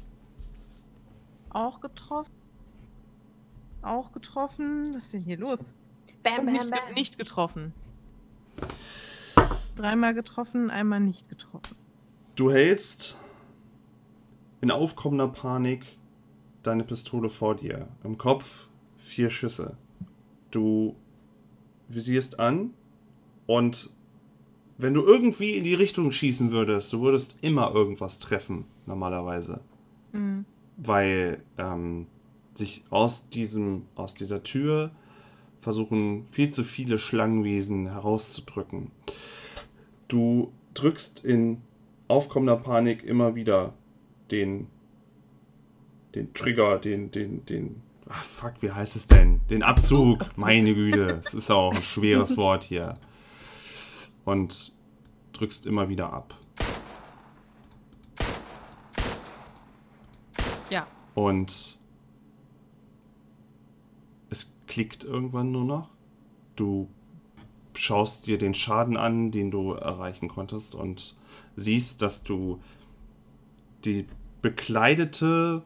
Auch getroffen. Auch getroffen. Was ist denn hier los? Bam, bam, Und bam. nicht getroffen. 3-mal getroffen, 1-mal nicht getroffen. Du hältst in aufkommender Panik deine Pistole vor dir. Im Kopf 4 Schüsse. Du visierst an und wenn du irgendwie in die Richtung schießen würdest, du würdest immer irgendwas treffen, normalerweise. Mhm. Weil sich aus dieser Tür versuchen viel zu viele Schlangenwesen herauszudrücken. Du drückst in aufkommender Panik immer wieder den Trigger, wie heißt es denn? Den Abzug, meine Güte, es ist auch ein schweres Wort hier. Und drückst immer wieder ab. Ja. Und es klickt irgendwann nur noch. Du schaust dir den Schaden an, den du erreichen konntest und siehst, dass du die bekleidetes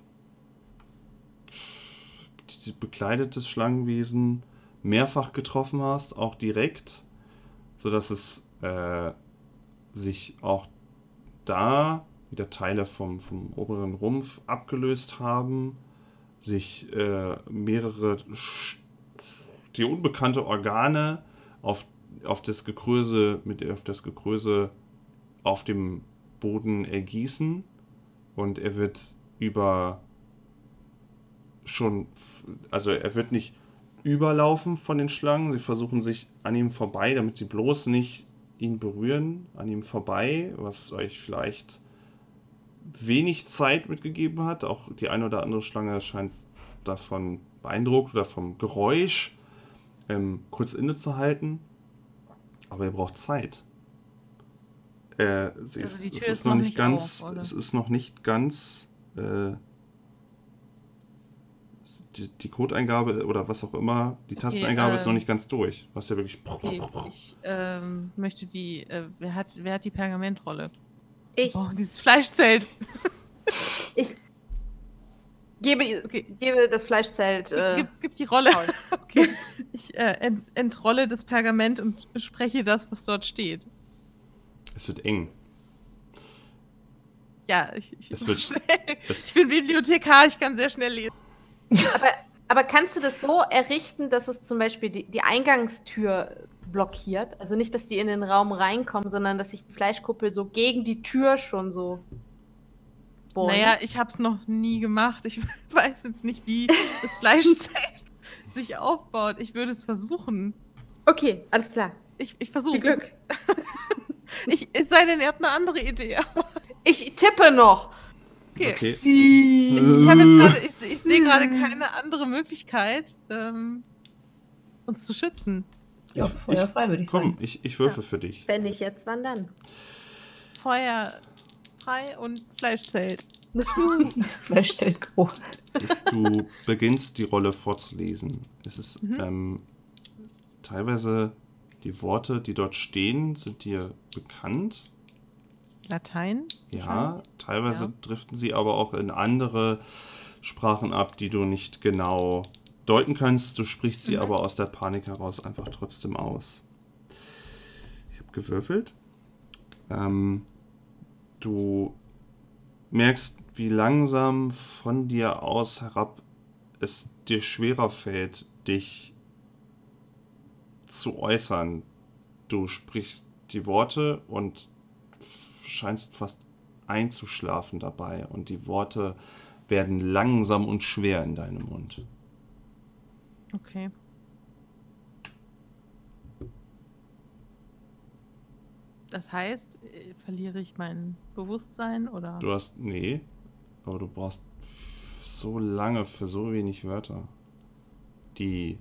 Schlangenwesen mehrfach getroffen hast, auch direkt, sodass es sich auch da wieder Teile vom oberen Rumpf abgelöst haben, sich mehrere die unbekannte Organe auf das Gekröse auf dem Boden ergießen und er wird er wird nicht überlaufen von den Schlangen, sie versuchen sich an ihm vorbei, damit sie bloß nicht ihn berühren, an ihm vorbei, was euch vielleicht wenig Zeit mitgegeben hat. Auch die eine oder andere Schlange scheint davon beeindruckt oder vom Geräusch kurz innezuhalten. Aber ihr braucht Zeit. Es ist noch nicht ganz. Die Codeingabe oder was auch immer, die Tasteneingabe ist noch nicht ganz durch. Was ja wirklich. Okay, ich möchte wer hat die Pergamentrolle? Ich. Oh, dieses Fleischzelt. Ich gebe das Fleischzelt. Gib die Rolle. Okay. Ich entrolle das Pergament und spreche das, was dort steht. Es wird eng. Ja, ich bin Bibliothekar, ich kann sehr schnell lesen. Aber kannst du das so errichten, dass es zum Beispiel die Eingangstür blockiert? Also nicht, dass die in den Raum reinkommen, sondern dass sich die Fleischkuppel so gegen die Tür schon so bäumt? Naja, ich hab's noch nie gemacht. Ich weiß jetzt nicht, wie das Fleischzelt sich aufbaut. Ich würde es versuchen. Okay, alles klar. Ich versuche Viel Glück. Es sei denn, ihr habt eine andere Idee. Ich tippe noch. Okay. Okay. Ich sehe gerade keine andere Möglichkeit, uns zu schützen. Ja, Feuer frei, würde ich sagen. Komm, ich würfe für dich. Wenn nicht jetzt, wann dann? Feuer frei und Fleischzelt. Fleischzelt go. Du beginnst die Rolle vorzulesen. Es ist teilweise die Worte, die dort stehen, sind dir bekannt. Latein? Ja, teilweise driften sie aber auch in andere Sprachen ab, die du nicht genau deuten kannst. Du sprichst sie aber aus der Panik heraus einfach trotzdem aus. Ich habe gewürfelt. Du merkst, wie langsam von dir aus herab es dir schwerer fällt, dich zu äußern. Du sprichst die Worte und scheinst fast einzuschlafen dabei und die Worte werden langsam und schwer in deinem Mund. Okay. Das heißt, verliere ich mein Bewusstsein oder? Nee, aber du brauchst so lange für so wenig Wörter. Die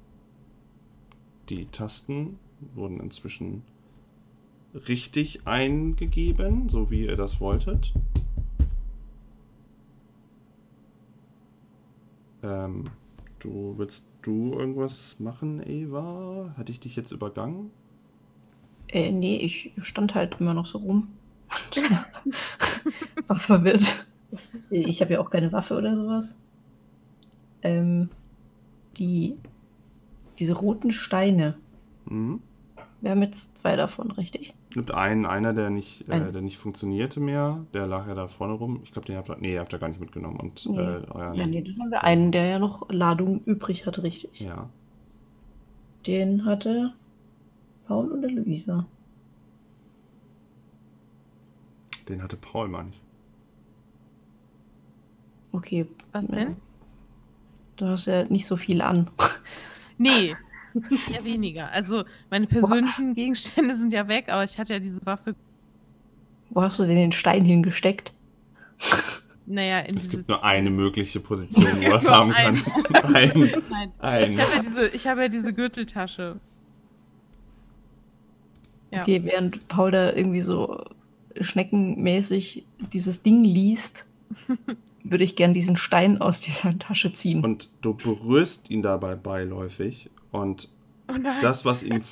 Tasten wurden inzwischen richtig eingegeben, so wie ihr das wolltet. Willst du irgendwas machen, Eva? Hatte ich dich jetzt übergangen? Nee, ich stand halt immer noch so rum. War verwirrt. Ich habe ja auch keine Waffe oder sowas. Diese roten Steine. Mhm. Wir haben jetzt 2 davon, richtig? Es gibt einer, der nicht funktionierte mehr. Der lag ja da vorne rum. Ich glaube, den habt ihr gar nicht mitgenommen. Und Nee. euren, Ja, nee, dann haben wir einen, der ja noch Ladung übrig hat, richtig. Ja. Den hatte Paul oder Luisa? Den hatte Paul, meine ich. Okay. Was ja. denn? Du hast ja nicht so viel an. Nee, eher weniger. Also meine persönlichen Gegenstände sind ja weg, aber ich hatte ja diese Waffe. Wo hast du denn den Stein hingesteckt? Naja, in Es diese... gibt nur eine mögliche Position, wo er es haben kann. Nein. Ich habe ja diese Gürteltasche. Ja. Okay, während Paul da irgendwie so schneckenmäßig dieses Ding liest, würde ich gern diesen Stein aus dieser Tasche ziehen. Und du berührst ihn dabei beiläufig und Oh nein. das, was ihm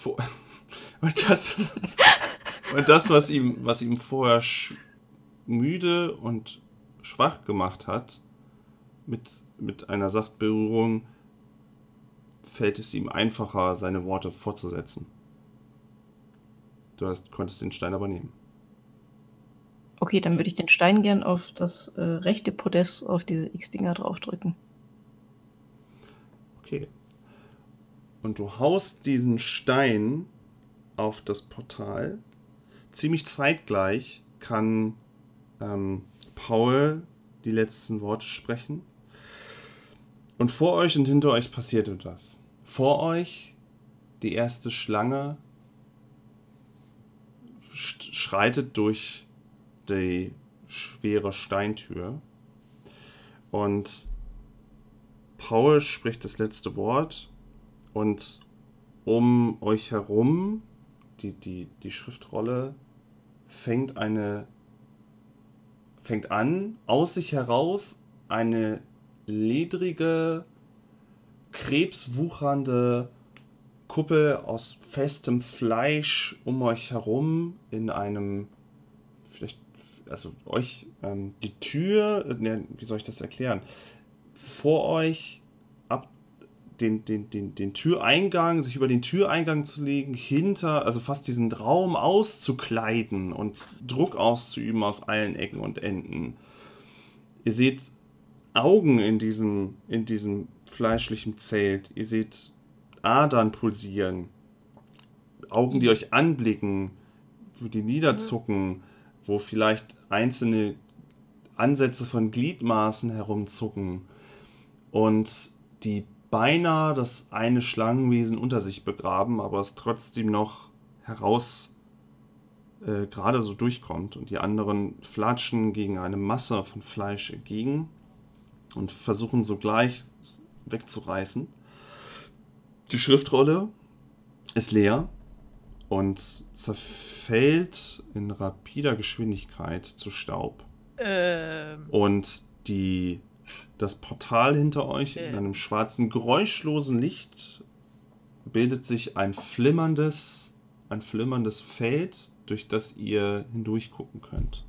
was ihm vorher müde und schwach gemacht hat, mit einer Sachtberührung fällt es ihm einfacher, seine Worte fortzusetzen. Du konntest den Stein aber nehmen. Okay, dann würde ich den Stein gern auf das rechte Podest auf diese X-Dinger draufdrücken. Okay. Und du haust diesen Stein auf das Portal. Ziemlich zeitgleich kann Paul die letzten Worte sprechen. Und vor euch und hinter euch passiert etwas. Vor euch die erste Schlange schreitet durch die schwere Steintür. Und Paul spricht das letzte Wort und um euch herum, die Schriftrolle fängt an, aus sich heraus eine ledrige, krebswuchernde Kuppel aus festem Fleisch um euch herum in einem, die Tür, wie soll ich das erklären? Vor euch den Türeingang, sich über den Türeingang zu legen, also fast diesen Raum auszukleiden und Druck auszuüben auf allen Ecken und Enden. Ihr seht Augen in diesem fleischlichen Zelt. Ihr seht Adern pulsieren. Augen, die euch anblicken, wo die niederzucken, wo vielleicht einzelne Ansätze von Gliedmaßen herumzucken und die beinahe das eine Schlangenwesen unter sich begraben, aber es trotzdem noch gerade so durchkommt und die anderen flatschen gegen eine Masse von Fleisch entgegen und versuchen sogleich wegzureißen. Die Schriftrolle ist leer und zerfällt in rapider Geschwindigkeit zu Staub. Und das Portal hinter euch in einem schwarzen, geräuschlosen Licht bildet sich ein flimmerndes Feld, durch das ihr hindurch gucken könnt.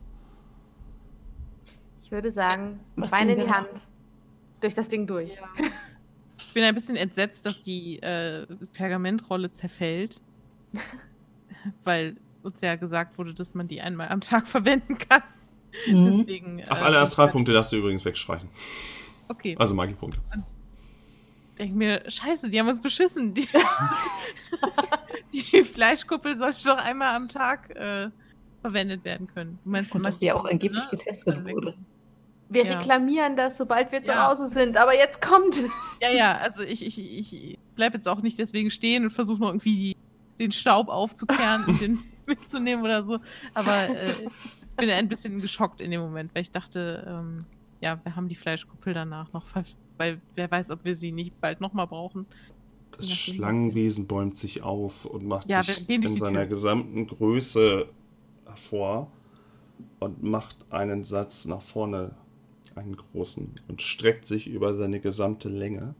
Ich würde sagen, Was Beine in denn die da? Hand. Durch das Ding durch. Ja. Ich bin ein bisschen entsetzt, dass die Pergamentrolle zerfällt. Weil uns ja gesagt wurde, dass man die einmal am Tag verwenden kann. Deswegen. Ach, alle Astralpunkte darfst du übrigens wegstreichen. Okay. Also Magiepunkte. Und denke mir, scheiße, die haben uns beschissen. Die Fleischkuppel sollte doch einmal am Tag verwendet werden können. Du meinst, Und dass sie auch angeblich ne? getestet wurde. Wir Ja. reklamieren das, sobald wir zu Ja. Hause sind. Aber jetzt kommt. Ja, also ich bleibe jetzt auch nicht deswegen stehen und versuche noch irgendwie den Staub aufzukehren und den mitzunehmen oder so. Aber ich bin ein bisschen geschockt in dem Moment, weil ich dachte, wir haben die Fleischkuppel danach noch, weil wer weiß, ob wir sie nicht bald nochmal brauchen. Das Je nachdem, Schlangenwesen bäumt sich auf und macht Ja, sich wir gehen durch in die seiner Tür. gesamten Größe hervor und macht einen Satz nach vorne, einen großen, und streckt sich über seine gesamte Länge.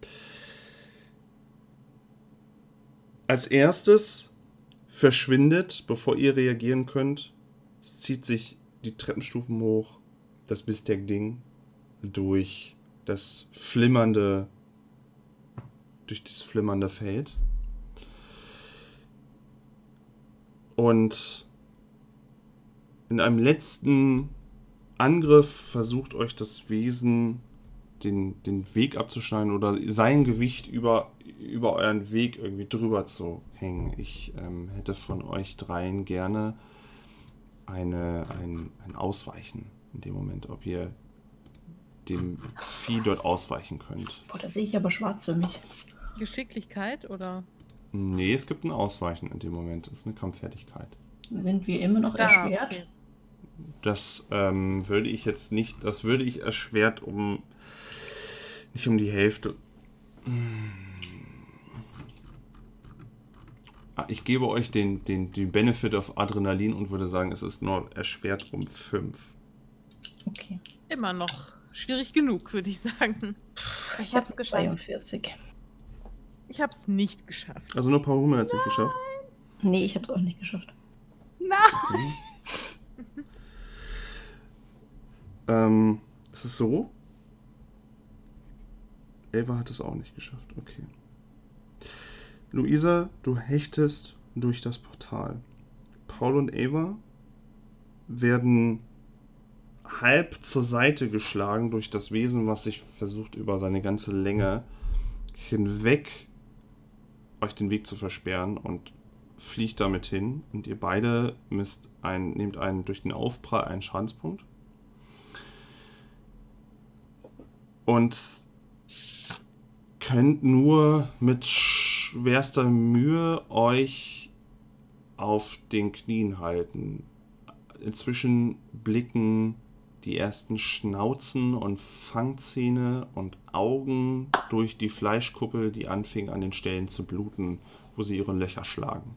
Als erstes verschwindet, bevor ihr reagieren könnt, es zieht sich die Treppenstufen hoch, das Bistec-Ding durch das flimmernde Feld. Und in einem letzten Angriff versucht euch das Wesen den Weg abzuschneiden oder sein Gewicht über euren Weg irgendwie drüber zu hängen. Ich hätte von euch dreien gerne ein Ausweichen in dem Moment, ob ihr dem Vieh dort ausweichen könnt. Boah, da sehe ich aber schwarz für mich. Geschicklichkeit oder? Nee, es gibt ein Ausweichen in dem Moment. Das ist eine Kampffertigkeit. Sind wir immer noch Da, erschwert? okay. Das würde ich jetzt nicht. Das würde ich erschwert nicht um die Hälfte. Ich gebe euch den Benefit of Adrenalin und würde sagen, es ist nur erschwert um 5. Okay. Immer noch schwierig genug, würde ich sagen. Ich hab's geschafft. 42. Ich habe es nicht geschafft. Also nur Paul Hummel hat es nicht geschafft. Nee, ich habe es auch nicht geschafft. Nein! Es ist so. Ava hat es auch nicht geschafft. Okay. Luisa, du hechtest durch das Portal. Paul und Ava werden halb zur Seite geschlagen durch das Wesen, was sich versucht, über seine ganze Länge hinweg euch den Weg zu versperren, und fliegt damit hin. Und ihr beide nehmt durch den Aufprall einen Schadenspunkt. Und könnt nur mit schwerster Mühe euch auf den Knien halten. Inzwischen blicken die ersten Schnauzen und Fangzähne und Augen durch die Fleischkuppel, die anfing an den Stellen zu bluten, wo sie ihre Löcher schlagen.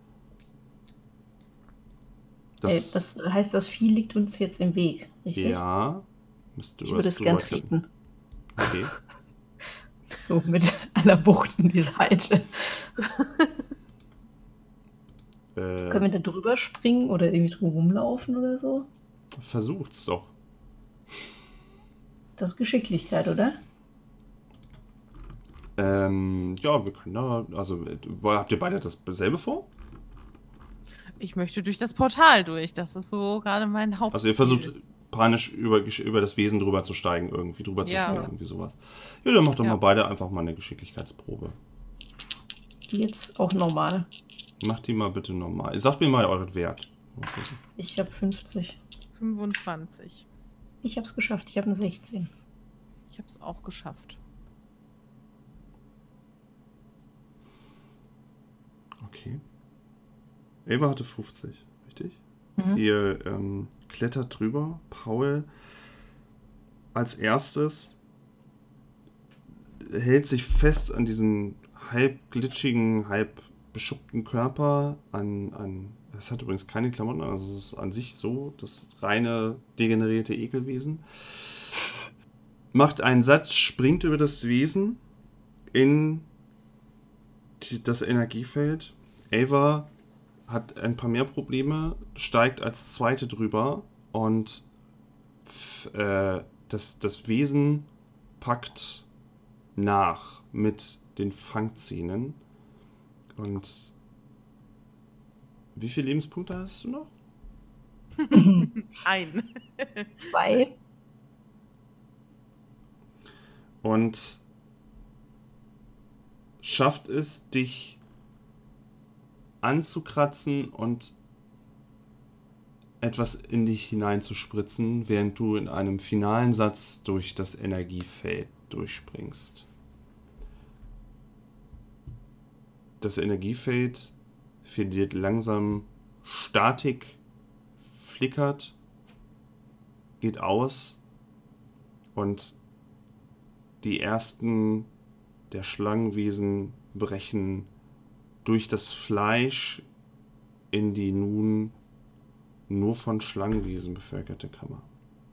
Das heißt, das Vieh liegt uns jetzt im Weg, richtig? Ja. Ich würde es gern treten. Okay. So mit einer Wucht in die Seite. Können wir da drüber springen oder irgendwie drum rumlaufen oder so? Versucht's doch. Das ist Geschicklichkeit, oder? Ja, wir können da. Also, habt ihr beide dasselbe vor? Ich möchte durch das Portal durch. Das ist so gerade mein Haupt. Also, ihr versucht panisch über das Wesen drüber zu steigen, irgendwie drüber zu springen, irgendwie sowas. Ja, dann macht doch mal beide einfach mal eine Geschicklichkeitsprobe. Die jetzt auch normal. Macht die mal bitte normal. Sagt mir mal euren Wert. Ich habe 50. 25. Ich habe es geschafft. Ich habe eine 16. Ich habe es auch geschafft. Okay. Ava hatte 50, richtig? Mhm. Ihr klettert drüber. Paul als erstes hält sich fest an diesen halb glitschigen, halb beschuppten Körper, es hat übrigens keine Klamotten, also es ist an sich so das reine degenerierte Ekelwesen. Macht einen Satz, springt über das Wesen in das Energiefeld. Ava hat ein paar mehr Probleme, steigt als zweite drüber und das Wesen packt nach mit den Fangzähnen. Und wie viele Lebenspunkte hast du noch? Ein. 2. Und schafft es, dich anzukratzen und etwas in dich hineinzuspritzen, während du in einem finalen Satz durch das Energiefeld durchspringst. Das Energiefeld verliert langsam Statik, flickert, geht aus und die ersten der Schlangenwesen brechen durch das Fleisch in die nun nur von Schlangenwesen bevölkerte Kammer.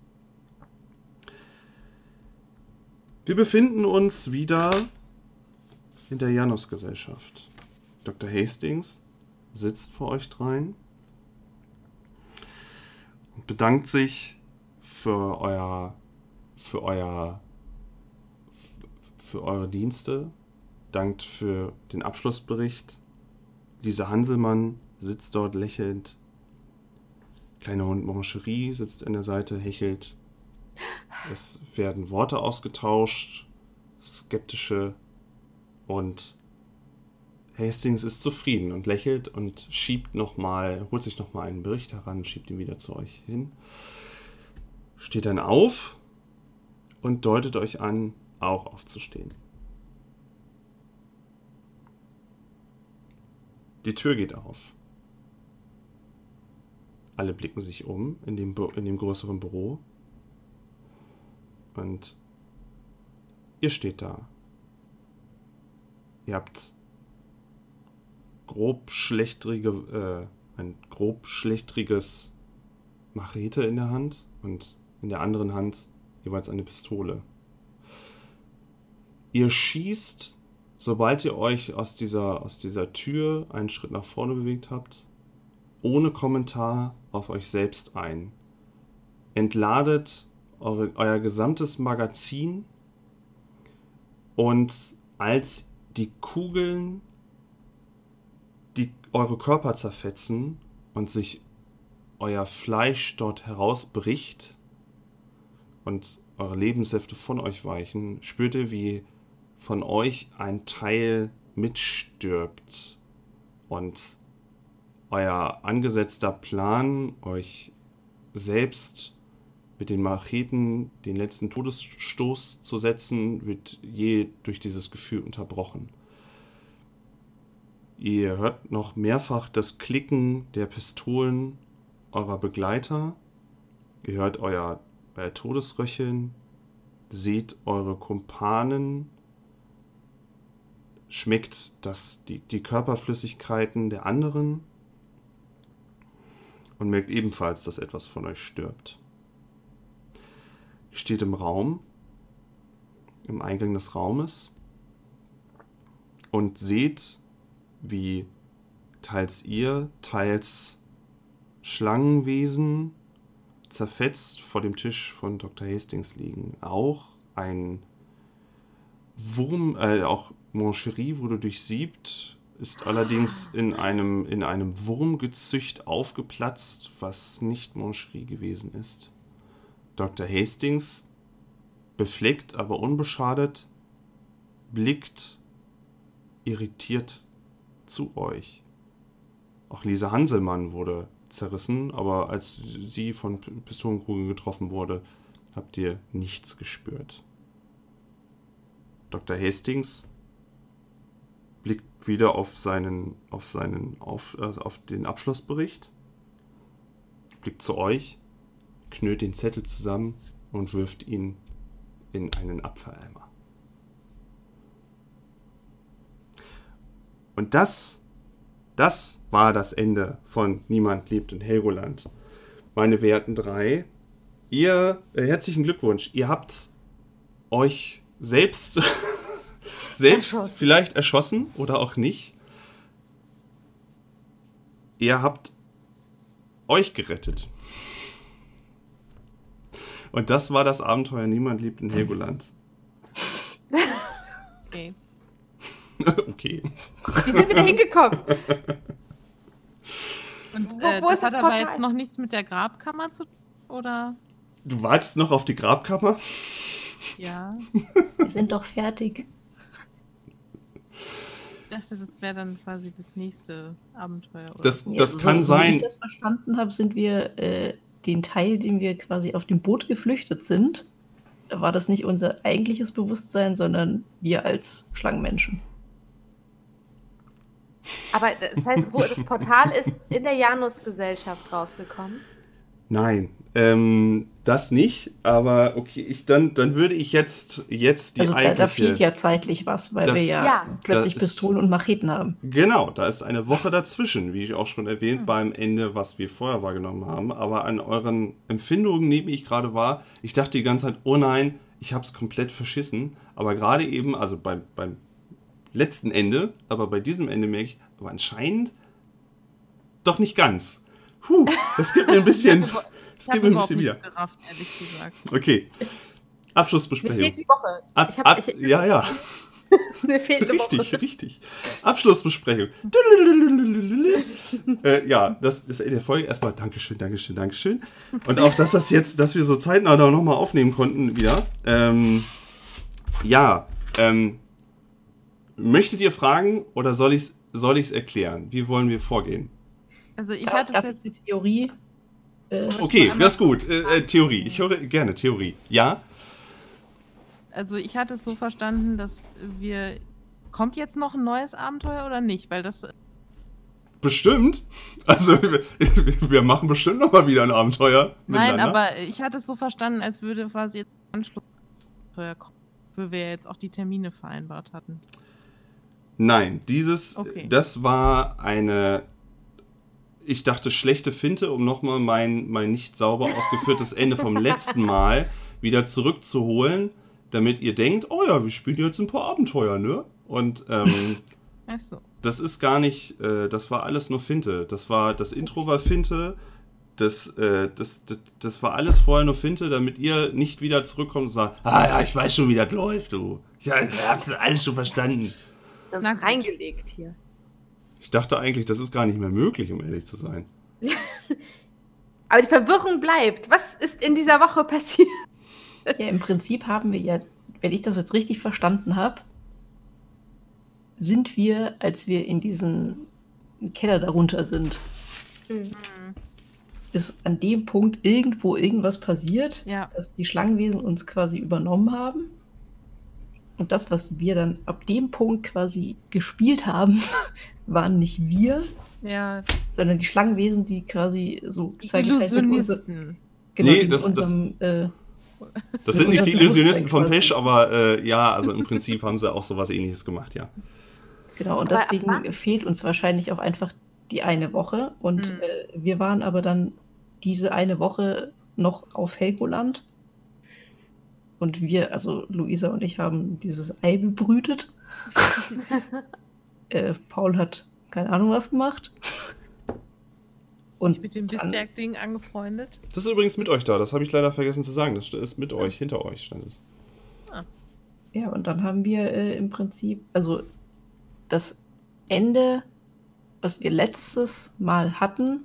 Wir befinden uns wieder in der Janus-Gesellschaft. Dr. Hastings sitzt vor euch dreien und bedankt sich für eure Dienste, dankt für den Abschlussbericht. Lisa Hanselmann sitzt dort lächelnd. Kleiner Hund Moncherie sitzt an der Seite, hechelt. Es werden Worte ausgetauscht, skeptische, und Hastings ist zufrieden und lächelt und holt sich nochmal einen Bericht heran, schiebt ihn wieder zu euch hin. Steht dann auf und deutet euch an, auch aufzustehen. Die Tür geht auf. Alle blicken sich um in dem größeren Büro. Und ihr steht da. Ihr habt ein grob schlächtriges Machete in der Hand und in der anderen Hand jeweils eine Pistole. Ihr schießt, sobald ihr euch aus dieser Tür einen Schritt nach vorne bewegt habt, ohne Kommentar auf euch selbst ein. Entladet euer gesamtes Magazin und als die Kugeln, die eure Körper zerfetzen und sich euer Fleisch dort herausbricht und eure Lebenssäfte von euch weichen, spürt ihr, wie von euch ein Teil mitstirbt und euer angesetzter Plan, euch selbst mit den Macheten den letzten Todesstoß zu setzen, wird durch dieses Gefühl unterbrochen. Ihr hört noch mehrfach das Klicken der Pistolen eurer Begleiter. Ihr hört euer Todesröcheln, seht eure Kumpanen, schmeckt die Körperflüssigkeiten der anderen und merkt ebenfalls, dass etwas von euch stirbt. Ihr steht im Raum, im Eingang des Raumes und seht, wie teils ihr, teils Schlangenwesen zerfetzt vor dem Tisch von Dr. Hastings liegen. Auch ein Wurm, auch Moncherie wurde durchsiebt, ist allerdings in einem Wurmgezücht aufgeplatzt, was nicht Moncherie gewesen ist. Dr. Hastings, befleckt, aber unbeschadet, blickt irritiert zu euch. Auch Lisa Hanselmann wurde zerrissen, aber als sie von Pistolenkugeln getroffen wurde, habt ihr nichts gespürt. Dr. Hastings blickt wieder auf den Abschlussbericht, blickt zu euch, knüllt den Zettel zusammen und wirft ihn in einen Abfalleimer. Und das war das Ende von Niemand lebt in Helgoland. Meine werten drei, herzlichen Glückwunsch, ihr habt euch selbst vielleicht erschossen oder auch nicht. Ihr habt euch gerettet. Und das war das Abenteuer Niemand lebt in Helgoland. Okay. Okay. Wie sind wir da hingekommen? Und Wo ist das hat das aber Portal? jetzt noch nichts mit der Grabkammer zu tun, oder? Du wartest noch auf die Grabkammer? Ja. Wir sind doch fertig. Ich dachte, das wäre dann quasi das nächste Abenteuer. Oder? Das Ja, kann so, Wie sein. ich das verstanden habe, sind wir den Teil, den wir quasi auf dem Boot geflüchtet sind, war das nicht unser eigentliches Bewusstsein, sondern wir als Schlangenmenschen. Aber das heißt, wo das Portal ist in der Janus-Gesellschaft rausgekommen? Nein, das nicht, aber okay, dann würde ich jetzt die Also da eigentliche... fehlt ja zeitlich was, weil Da- wir ja, Ja. plötzlich Da ist- Pistolen und Macheten haben. Genau, da ist eine Woche dazwischen, wie ich auch schon erwähnt, beim Ende, was wir vorher wahrgenommen haben. Aber an euren Empfindungen nehme ich gerade wahr, ich dachte die ganze Zeit, oh nein, ich habe es komplett verschissen. Aber gerade eben, also beim letzten Ende, aber bei diesem Ende merke ich, aber anscheinend doch nicht ganz. Das gibt mir ein bisschen... Es Ich habe gibt mir ein überhaupt bisschen wieder. nichts gerafft, ehrlich gesagt. Okay. Mir fehlt Abschlussbesprechung. die Woche. Ja. Mir fehlt eine Woche. Richtig. Abschlussbesprechung. Ja, das ist in der Folge erstmal Dankeschön. Und auch, dass wir so zeitnah da nochmal aufnehmen konnten wieder. Möchtet ihr fragen oder soll ich's erklären? Wie wollen wir vorgehen? Also ich Ich hatte es habe jetzt... die Theorie. Okay, das ist gut. Theorie. Ich höre gerne Theorie. Ja? Also ich hatte es so verstanden, dass wir... Kommt jetzt noch ein neues Abenteuer oder nicht? Weil das... Bestimmt. Also, wir machen bestimmt nochmal wieder ein Abenteuer. Nein, miteinander. aber ich hatte es so verstanden, als würde quasi jetzt ein Anschlussabenteuer kommen, für wir jetzt auch die Termine vereinbart hatten. Nein, Okay. das war eine, ich dachte, schlechte Finte, um nochmal mein nicht sauber ausgeführtes Ende vom letzten Mal wieder zurückzuholen, damit ihr denkt, oh ja, wir spielen jetzt ein paar Abenteuer, ne? Und Ach so. das ist gar nicht, das war alles nur Finte. Das Intro war Finte, das war alles vorher nur Finte, damit ihr nicht wieder zurückkommt und sagt, ja, ich weiß schon, wie das läuft, du. Ich hab's alles schon verstanden. Das Na ist gut. reingelegt hier. Ich dachte eigentlich, das ist gar nicht mehr möglich, um ehrlich zu sein. Aber die Verwirrung bleibt. Was ist in dieser Woche passiert? Ja, im Prinzip haben wir ja, wenn ich das jetzt richtig verstanden habe, sind wir, als wir in diesen Keller darunter sind, ist an dem Punkt irgendwo irgendwas passiert, Ja. dass die Schlangenwesen uns quasi übernommen haben. Und das, was wir dann ab dem Punkt quasi gespielt haben, waren nicht wir, Ja, sondern die Schlangenwesen, die quasi so die zweigeteilt mit Illusionisten. Genau, Nee, die mit das- unserem, Das sind nicht die Bewusstsein Illusionisten von quasi. Pesch, aber ja, also im Prinzip haben sie auch sowas Ähnliches gemacht, ja. genau, und Aber ab deswegen wann? fehlt uns wahrscheinlich auch einfach die eine Woche. Und Mhm. wir waren aber dann diese eine Woche noch auf Helgoland. Und wir, also Luisa und ich, haben dieses Ei bebrütet. Paul hat keine Ahnung was gemacht. Und Mit dem dann- Bistjagd-Ding angefreundet. Das ist übrigens mit euch da, das habe ich leider vergessen zu sagen. Das ist mit euch, hinter euch stand es. Ja, und dann haben wir im Prinzip, also das Ende, was wir letztes Mal hatten,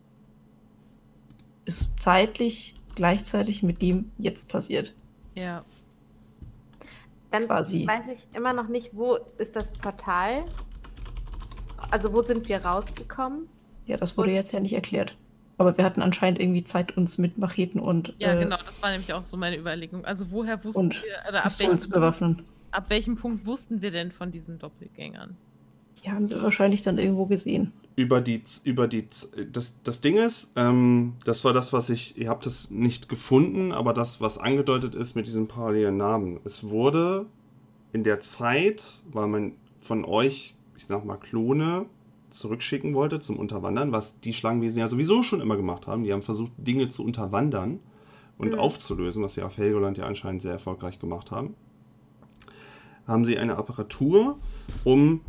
ist zeitlich gleichzeitig mit dem jetzt passiert. Ja. Dann Quasi. weiß ich immer noch nicht, wo ist das Portal? Also wo sind wir rausgekommen? Ja, das wurde Und- jetzt ja nicht erklärt. Aber wir hatten anscheinend irgendwie Zeit, uns mit Macheten und Ja, genau, das war nämlich auch so meine Überlegung. Also woher wussten und wir, oder Pistolen zu bewaffnen. ab welchem Punkt wussten wir denn von diesen Doppelgängern? Die haben wir wahrscheinlich dann irgendwo gesehen. Das Ding ist, das war das, was ihr habt es nicht gefunden, aber das, was angedeutet ist mit diesem parallelen Namen. Es wurde in der Zeit, weil man von euch, ich sag mal, Klone zurückschicken wollte zum Unterwandern, was die Schlangenwesen ja sowieso schon immer gemacht haben. Die haben versucht, Dinge zu unterwandern und aufzulösen, was sie auf Helgoland ja anscheinend sehr erfolgreich gemacht haben. Haben sie eine Apparatur, um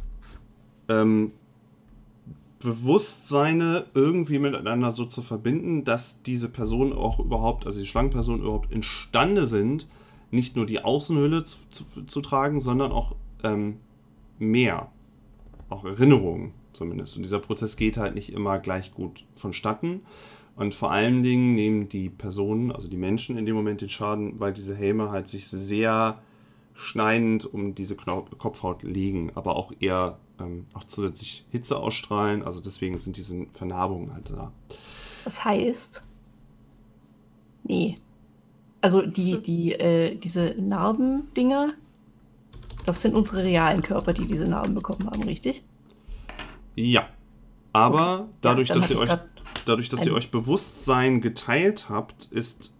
Bewusstseine irgendwie miteinander so zu verbinden, dass diese Personen auch überhaupt, also die Schlangenpersonen überhaupt imstande sind, nicht nur die Außenhülle zu tragen, sondern auch mehr. Auch Erinnerungen. zumindest. Und dieser Prozess geht halt nicht immer gleich gut vonstatten. Und vor allen Dingen nehmen die Personen, also die Menschen in dem Moment den Schaden, weil diese Helme halt sich sehr schneidend um diese Kopfhaut legen, aber auch eher auch zusätzlich Hitze ausstrahlen. Also deswegen sind diese Vernarbungen halt da. Das heißt, nee. Also diese Narbendinger, das sind unsere realen Körper, die diese Narben bekommen haben, richtig? Ja, aber Okay. dadurch, Ja, dann dass ihr hatte ich euch ein- Bewusstsein geteilt habt, ist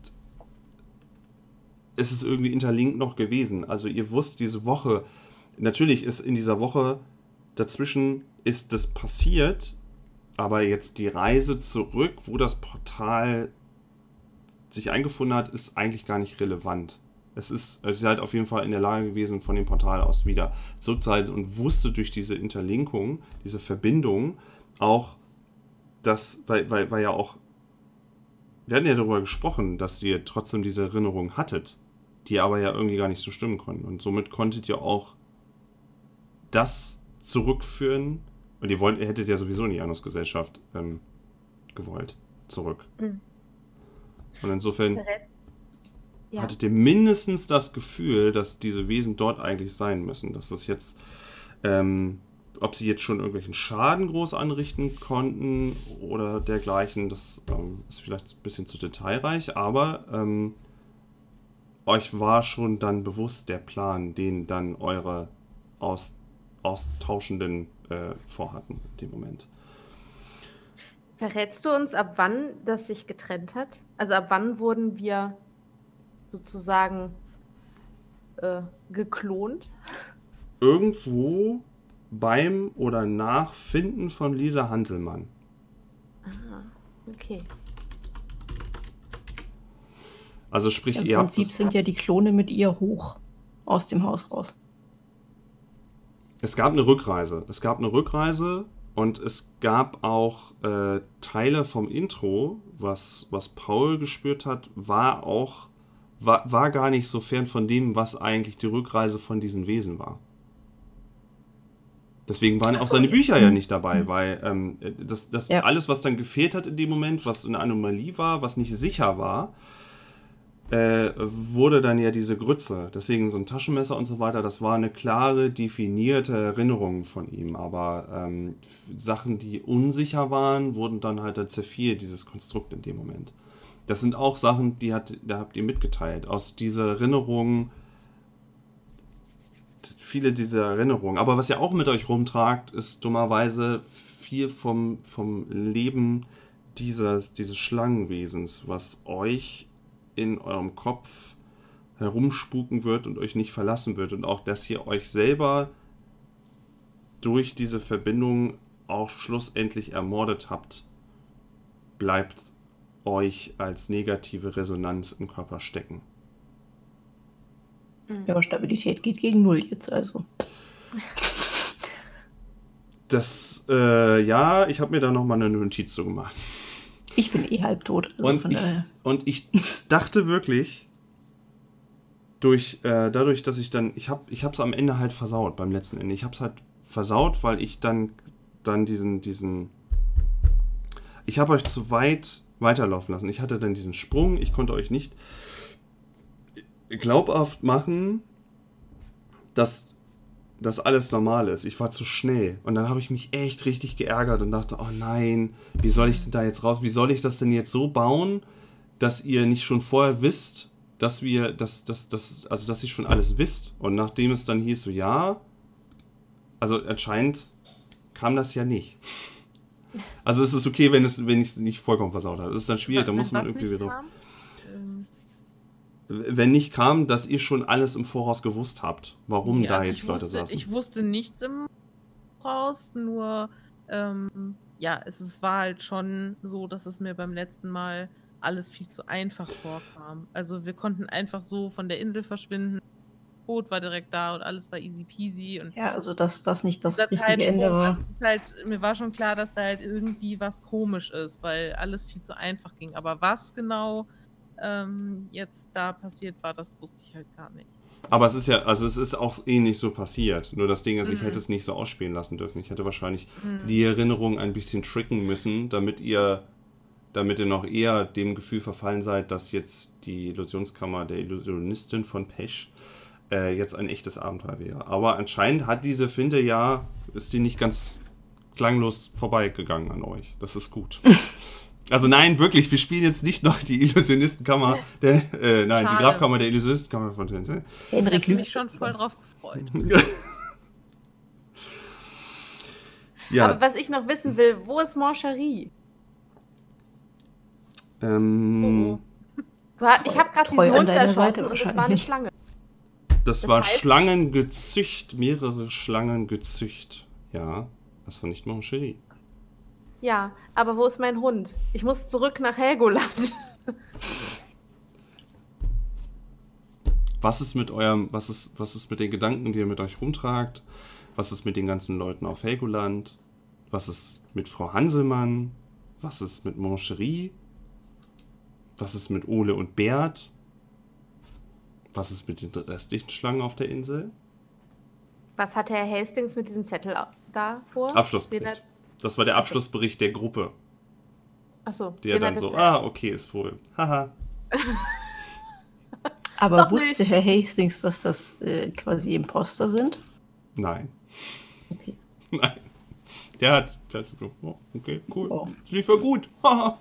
es irgendwie interlinkt noch gewesen. Also ihr wusst diese Woche, natürlich ist in dieser Woche dazwischen ist das passiert, aber jetzt die Reise zurück, wo das Portal sich eingefunden hat, ist eigentlich gar nicht relevant. Es ist halt auf jeden Fall in der Lage gewesen, von dem Portal aus wieder zurückzuhalten und wusste durch diese Interlinkung, diese Verbindung auch, dass, weil ja auch, wir hatten ja darüber gesprochen, dass ihr trotzdem diese Erinnerung hattet, die aber ja irgendwie gar nicht so stimmen konnten. Und somit konntet ihr auch das zurückführen. Und ihr hättet ja sowieso in die Ahnungsgesellschaft gewollt, zurück. Mhm. Und insofern Ja. hattet ihr mindestens das Gefühl, dass diese Wesen dort eigentlich sein müssen. Dass das jetzt, ob sie jetzt schon irgendwelchen Schaden groß anrichten konnten oder dergleichen, das ist vielleicht ein bisschen zu detailreich, aber euch war schon dann bewusst der Plan, den dann eure Austauschenden vorhatten in dem Moment. Verrätst du uns, ab wann das sich getrennt hat? Also ab wann wurden wir sozusagen geklont? Irgendwo beim oder nach Finden von Lisa Hanselmann. Ah, okay. Also sprich, Im ihr habt Prinzip sind ja die Klone mit ihr hoch aus dem Haus raus. Es gab eine Rückreise und es gab auch Teile vom Intro, was Paul gespürt hat, war gar nicht so fern von dem, was eigentlich die Rückreise von diesen Wesen war. Deswegen waren auch seine Bücher ja nicht dabei, weil Ja. alles, was dann gefehlt hat in dem Moment, was eine Anomalie war, was nicht sicher war, wurde dann ja diese Grütze. Deswegen so ein Taschenmesser und so weiter, das war eine klare, definierte Erinnerung von ihm. Aber Sachen, die unsicher waren, wurden dann halt zerfiel, dieses Konstrukt in dem Moment. Das sind auch Sachen, da habt ihr mitgeteilt. Aus dieser Erinnerung, viele dieser Erinnerungen. Aber was ihr auch mit euch rumtragt, ist dummerweise viel vom Leben dieses Schlangenwesens, was euch in eurem Kopf herumspuken wird und euch nicht verlassen wird. Und auch, dass ihr euch selber durch diese Verbindung auch schlussendlich ermordet habt, bleibt euch als negative Resonanz im Körper stecken. Ja, aber Stabilität geht gegen 0 jetzt also. Das, ja, ich habe mir da nochmal eine Notiz zu gemacht. Ich bin halbtot. Also Und ich dachte wirklich, dadurch, dass ich hab's am Ende halt versaut, beim letzten Ende. Ich hab's halt versaut, weil ich dann ich habe euch zu weit weiterlaufen lassen. Ich hatte dann diesen Sprung, ich konnte euch nicht glaubhaft machen, dass das alles normal ist. Ich war zu schnell. Und dann habe ich mich echt richtig geärgert und dachte, oh nein, wie soll ich denn da jetzt raus? Wie soll ich das denn jetzt so bauen, dass ihr nicht schon vorher wisst, dass dass ihr schon alles wisst. Und nachdem es dann hieß, so ja, also anscheinend kam das ja nicht. Also es ist okay, wenn ich es nicht vollkommen versaut habe. Es ist dann schwierig, da muss man irgendwie wieder drauf. Wenn nicht kam, dass ihr schon alles im Voraus gewusst habt, warum da jetzt Leute saßen. Ich wusste nichts im Voraus, nur es war halt schon so, dass es mir beim letzten Mal alles viel zu einfach vorkam. Also wir konnten einfach so von der Insel verschwinden, Boot war direkt da und alles war easy peasy. Und ja, also dass das nicht das dieser richtige Ende Zeitsprung, war. also es ist halt, mir war schon klar, dass da halt irgendwie was komisch ist, weil alles viel zu einfach ging. Aber was genau jetzt da passiert war, das wusste ich halt gar nicht. Aber es ist ja, also es ist auch ähnlich so passiert. Nur das Ding ist, ich hätte es nicht so ausspielen lassen dürfen. Ich hätte wahrscheinlich die Erinnerung ein bisschen tricken müssen, damit ihr noch eher dem Gefühl verfallen seid, dass jetzt die Illusionskammer der Illusionistin von Pesch jetzt ein echtes Abenteuer wäre. Aber anscheinend hat diese Finte ja, ist die nicht ganz klanglos vorbeigegangen an euch. Das ist gut. Also nein, wirklich, wir spielen jetzt nicht noch die Illusionistenkammer, die Grabkammer der Illusionistenkammer von Tinte. Henrik lügt. Ich habe mich schon voll drauf gefreut. Ja. Aber was ich noch wissen will, wo ist Moncherie? Ich habe gerade diesen Hund erschossen und es war eine Schlange. Das war Schlangengezücht, mehrere Schlangengezücht. Ja, das war nicht Moncherie. Ja, aber wo ist mein Hund? Ich muss zurück nach Helgoland. Was ist mit den Gedanken, die ihr mit euch rumtragt? Was ist mit den ganzen Leuten auf Helgoland? Was ist mit Frau Hanselmann? Was ist mit Moncherie? Was ist mit Ole und Bert? Was ist mit den restlichen Schlangen auf der Insel? Was hat Herr Hastings mit diesem Zettel da vor? Abschlussbericht. Das war der Abschlussbericht der Gruppe. Achso. Der dann so, okay, ist wohl. Haha. Aber Doch wusste nicht. Herr Hastings, dass das quasi Imposter sind? Nein. Okay. Nein. Der hat so, okay, cool. Oh. Das lief ja gut. Haha.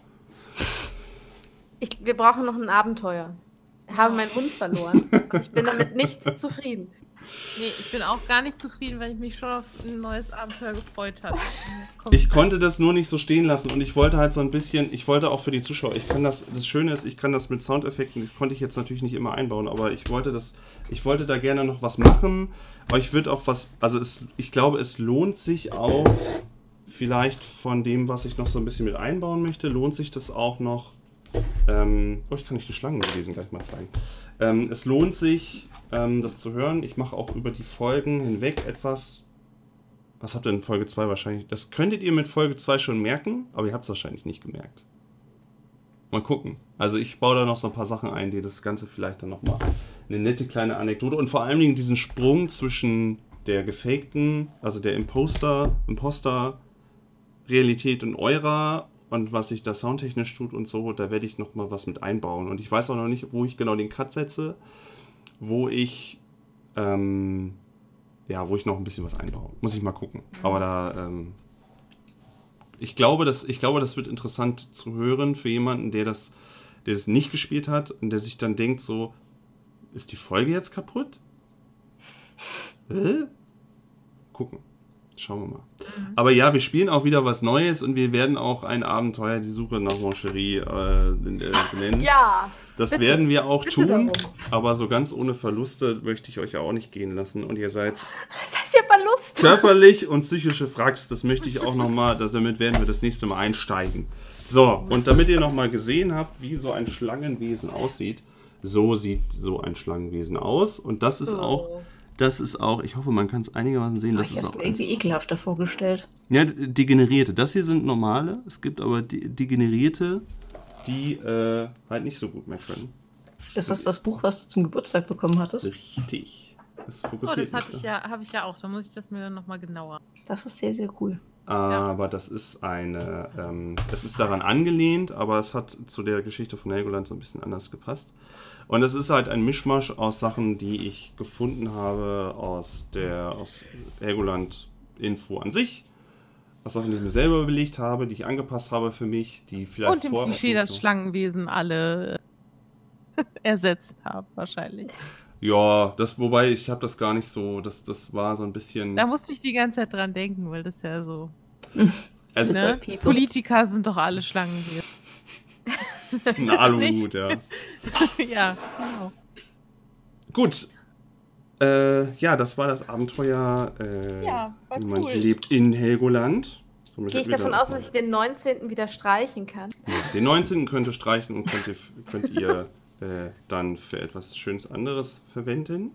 Wir brauchen noch ein Abenteuer. Ich habe meinen Hund verloren. Und ich bin damit nicht zufrieden. Nee, ich bin auch gar nicht zufrieden, weil ich mich schon auf ein neues Abenteuer gefreut hatte. Ich konnte das nur nicht so stehen lassen und ich wollte halt so ein bisschen, ich wollte auch für die Zuschauer, das Schöne ist, ich kann das mit Soundeffekten, das konnte ich jetzt natürlich nicht immer einbauen, aber ich wollte da gerne noch was machen. Euch wird auch was, also ich glaube, es lohnt sich auch, vielleicht von dem, was ich noch so ein bisschen mit einbauen möchte, lohnt sich das auch noch, ich kann nicht die Schlangenwesen gleich mal zeigen. Es lohnt sich, das zu hören. Ich mache auch über die Folgen hinweg etwas. Was habt ihr in Folge 2 wahrscheinlich? Das könntet ihr mit Folge 2 schon merken, aber ihr habt es wahrscheinlich nicht gemerkt. Mal gucken. Also ich baue da noch so ein paar Sachen ein, die das Ganze vielleicht dann nochmal eine nette kleine Anekdote und vor allen Dingen diesen Sprung zwischen der gefakten, also der Imposter-Realität und eurer und was sich da soundtechnisch tut und so, da werde ich nochmal was mit einbauen. Und ich weiß auch noch nicht, wo ich genau den Cut setze, wo ich noch ein bisschen was einbaue. Muss ich mal gucken. Aber da, ich glaube, das wird interessant zu hören für jemanden, der das nicht gespielt hat und der sich dann denkt so, ist die Folge jetzt kaputt? Gucken. Schauen wir mal. Aber ja, wir spielen auch wieder was Neues und wir werden auch ein Abenteuer, die Suche nach Moncherie, benennen. Ja. Das bitte, werden wir auch tun, darum. aber so ganz ohne Verluste möchte ich euch ja auch nicht gehen lassen. Und ihr seid Was heißt hier Verlust? körperlich und psychische Fracks, das möchte ich auch nochmal, damit werden wir das nächste Mal einsteigen. So, und damit ihr nochmal gesehen habt, wie so ein Schlangenwesen aussieht, so sieht so ein Schlangenwesen aus. Und das ist auch, ich hoffe, man kann es einigermaßen sehen, das Ich ist habe auch mir irgendwie ekelhafter vorgestellt. ja, degenerierte. Das hier sind normale, es gibt aber degenerierte, die halt nicht so gut mehr können. Ist das Buch, was du zum Geburtstag bekommen hattest? Richtig. Das Oh, fokussiert das mich. habe ich ja auch. Da muss ich das mir dann nochmal genauer. Das ist sehr, sehr cool. Aber das ist das ist daran angelehnt, aber es hat zu der Geschichte von Helgoland so ein bisschen anders gepasst. Und es ist halt ein Mischmasch aus Sachen, die ich gefunden habe aus Helgoland Info an sich, aus Sachen, die ich mir selber überlegt habe, die ich angepasst habe für mich, die vielleicht Und dem Klischee, das Schlangenwesen alle ersetzt haben, wahrscheinlich. Ja, wobei ich habe das gar nicht so, das war so ein bisschen. Da musste ich die ganze Zeit dran denken, weil das ja so. Es Ne? People. Politiker sind doch alle Schlangenwesen. ist ein Aluhut, ja. Ja, genau. Gut. Das war das Abenteuer. Ja, war Niemand cool. lebt in Helgoland. Somit Gehe ich hätten wir davon dann aus, dass ich den 19. wieder streichen kann? den 19. könnt ihr streichen und könnt ihr dann für etwas Schönes anderes verwenden.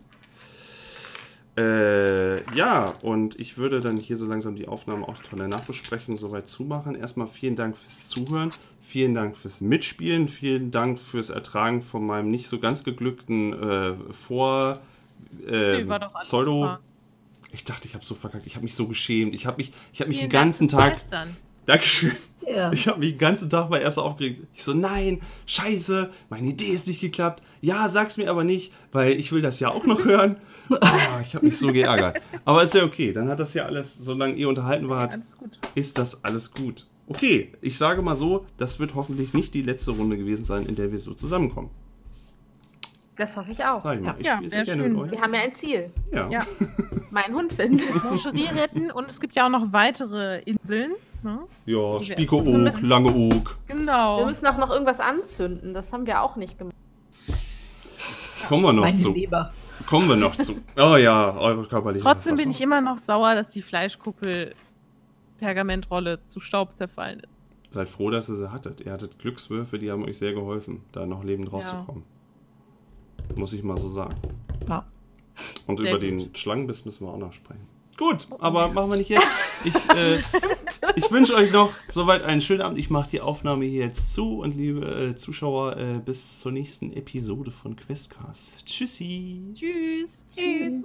Und ich würde dann hier so langsam die Aufnahme auch tolle Nachbesprechung soweit zumachen. Erstmal vielen Dank fürs Zuhören, vielen Dank fürs Mitspielen, vielen Dank fürs Ertragen von meinem nicht so ganz geglückten Nee, war doch alles Pseudo. super. Ich dachte, ich habe so verkackt. Ich habe mich so geschämt. Ich habe mich den Vielen ganzen Dank Tag. fürs Meistern. Dankeschön. Ja. Ich habe mich den ganzen Tag bei erst aufgeregt. Ich so, nein, scheiße, meine Idee ist nicht geklappt. Ja, sag's mir aber nicht, weil ich will das ja auch noch hören. Ich habe mich so geärgert. Aber ist ja okay. Dann hat das ja alles, solange ihr unterhalten wart, Alles gut. ist das alles gut. Okay, ich sage mal so, das wird hoffentlich nicht die letzte Runde gewesen sein, in der wir so zusammenkommen. Das hoffe ich auch. Sag ich mal. Ich Ja, spiele sehr wär gerne schön. mit euch. Wir haben ja ein Ziel. Ja. Ja. Meinen Hund finden. Moncherie retten und es gibt ja auch noch weitere Inseln. Ne? Ja, Wir Spiekeroog, Langeoog. Genau. Wir müssen auch noch irgendwas anzünden. Das haben wir auch nicht gemacht. Kommen wir noch Meine zu. Leber. Kommen wir noch zu. Oh ja, eure körperliche Trotzdem bin Verfassung. ich immer noch sauer, dass die Fleischkuppel-Pergamentrolle zu Staub zerfallen ist. Seid froh, dass ihr sie hattet. Ihr hattet Glückswürfe, die haben euch sehr geholfen, da noch lebend rauszukommen. Muss ich mal so sagen. Ja. Und Sehr über gut. den Schlangenbiss müssen wir auch noch sprechen. Gut, aber machen wir nicht jetzt. Ich wünsche euch noch soweit einen schönen Abend. Ich mache die Aufnahme hier jetzt zu und liebe Zuschauer, bis zur nächsten Episode von Questcast. Tschüssi. Tschüss. Tschüss.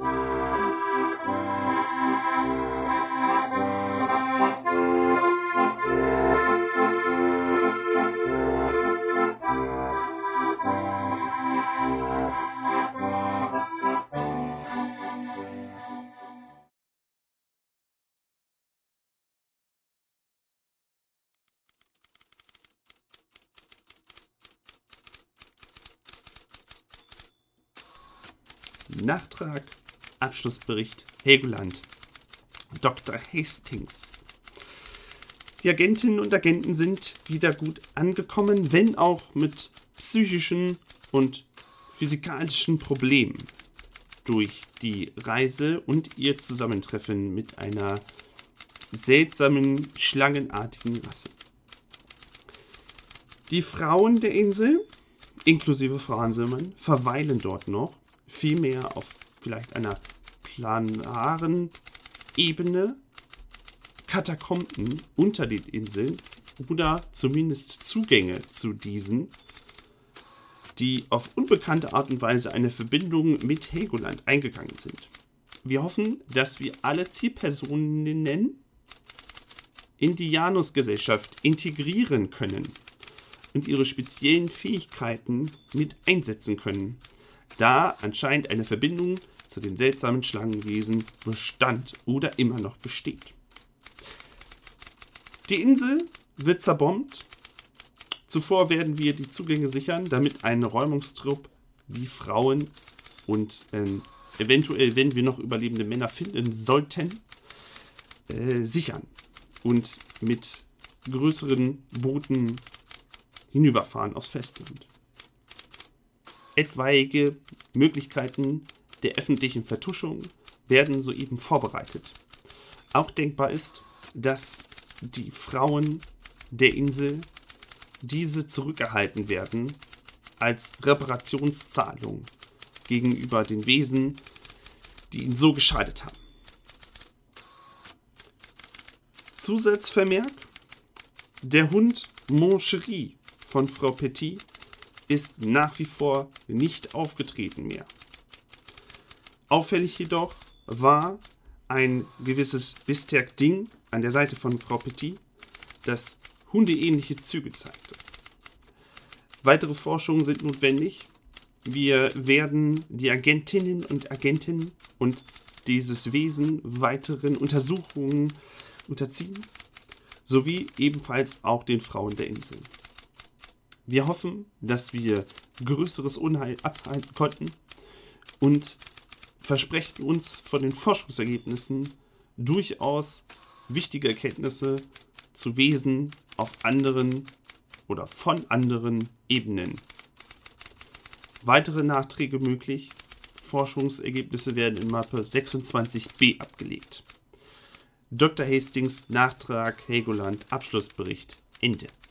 Nachtrag, Abschlussbericht, Helgoland, Dr. Hastings. Die Agentinnen und Agenten sind wieder gut angekommen, wenn auch mit psychischen und physikalischen Problemen durch die Reise und ihr Zusammentreffen mit einer seltsamen, schlangenartigen Rasse. Die Frauen der Insel, inklusive Frau Hanselmann, verweilen dort noch, vielmehr auf vielleicht einer planaren Ebene, Katakomben unter den Inseln oder zumindest Zugänge zu diesen, die auf unbekannte Art und Weise eine Verbindung mit Helgoland eingegangen sind. Wir hoffen, dass wir alle Zielpersonen in die Janus-Gesellschaft integrieren können und ihre speziellen Fähigkeiten mit einsetzen können, da anscheinend eine Verbindung zu den seltsamen Schlangenwesen bestand oder immer noch besteht. Die Insel wird zerbombt. Zuvor werden wir die Zugänge sichern, damit ein Räumungstrupp die Frauen und eventuell, wenn wir noch überlebende Männer finden sollten, sichern und mit größeren Booten hinüberfahren aufs Festland. Etwaige Möglichkeiten der öffentlichen Vertuschung werden soeben vorbereitet. Auch denkbar ist, dass die Frauen der Insel diese zurückerhalten werden als Reparationszahlung gegenüber den Wesen, die ihnen so geschadet haben. Zusatzvermerk: Der Hund Moncherie von Frau Petit ist nach wie vor nicht aufgetreten mehr. Auffällig jedoch war ein gewisses Bisterk-Ding an der Seite von Frau Petit, das hundeähnliche Züge zeigte. Weitere Forschungen sind notwendig. Wir werden die Agentinnen und Agenten und dieses Wesen weiteren Untersuchungen unterziehen, sowie ebenfalls auch den Frauen der Insel. Wir hoffen, dass wir größeres Unheil abhalten konnten und versprechen uns von den Forschungsergebnissen durchaus wichtige Erkenntnisse zu Wesen auf anderen oder von anderen Ebenen. Weitere Nachträge möglich. Forschungsergebnisse werden in Mappe 26b abgelegt. Dr. Hastings Nachtrag Helgoland Abschlussbericht Ende.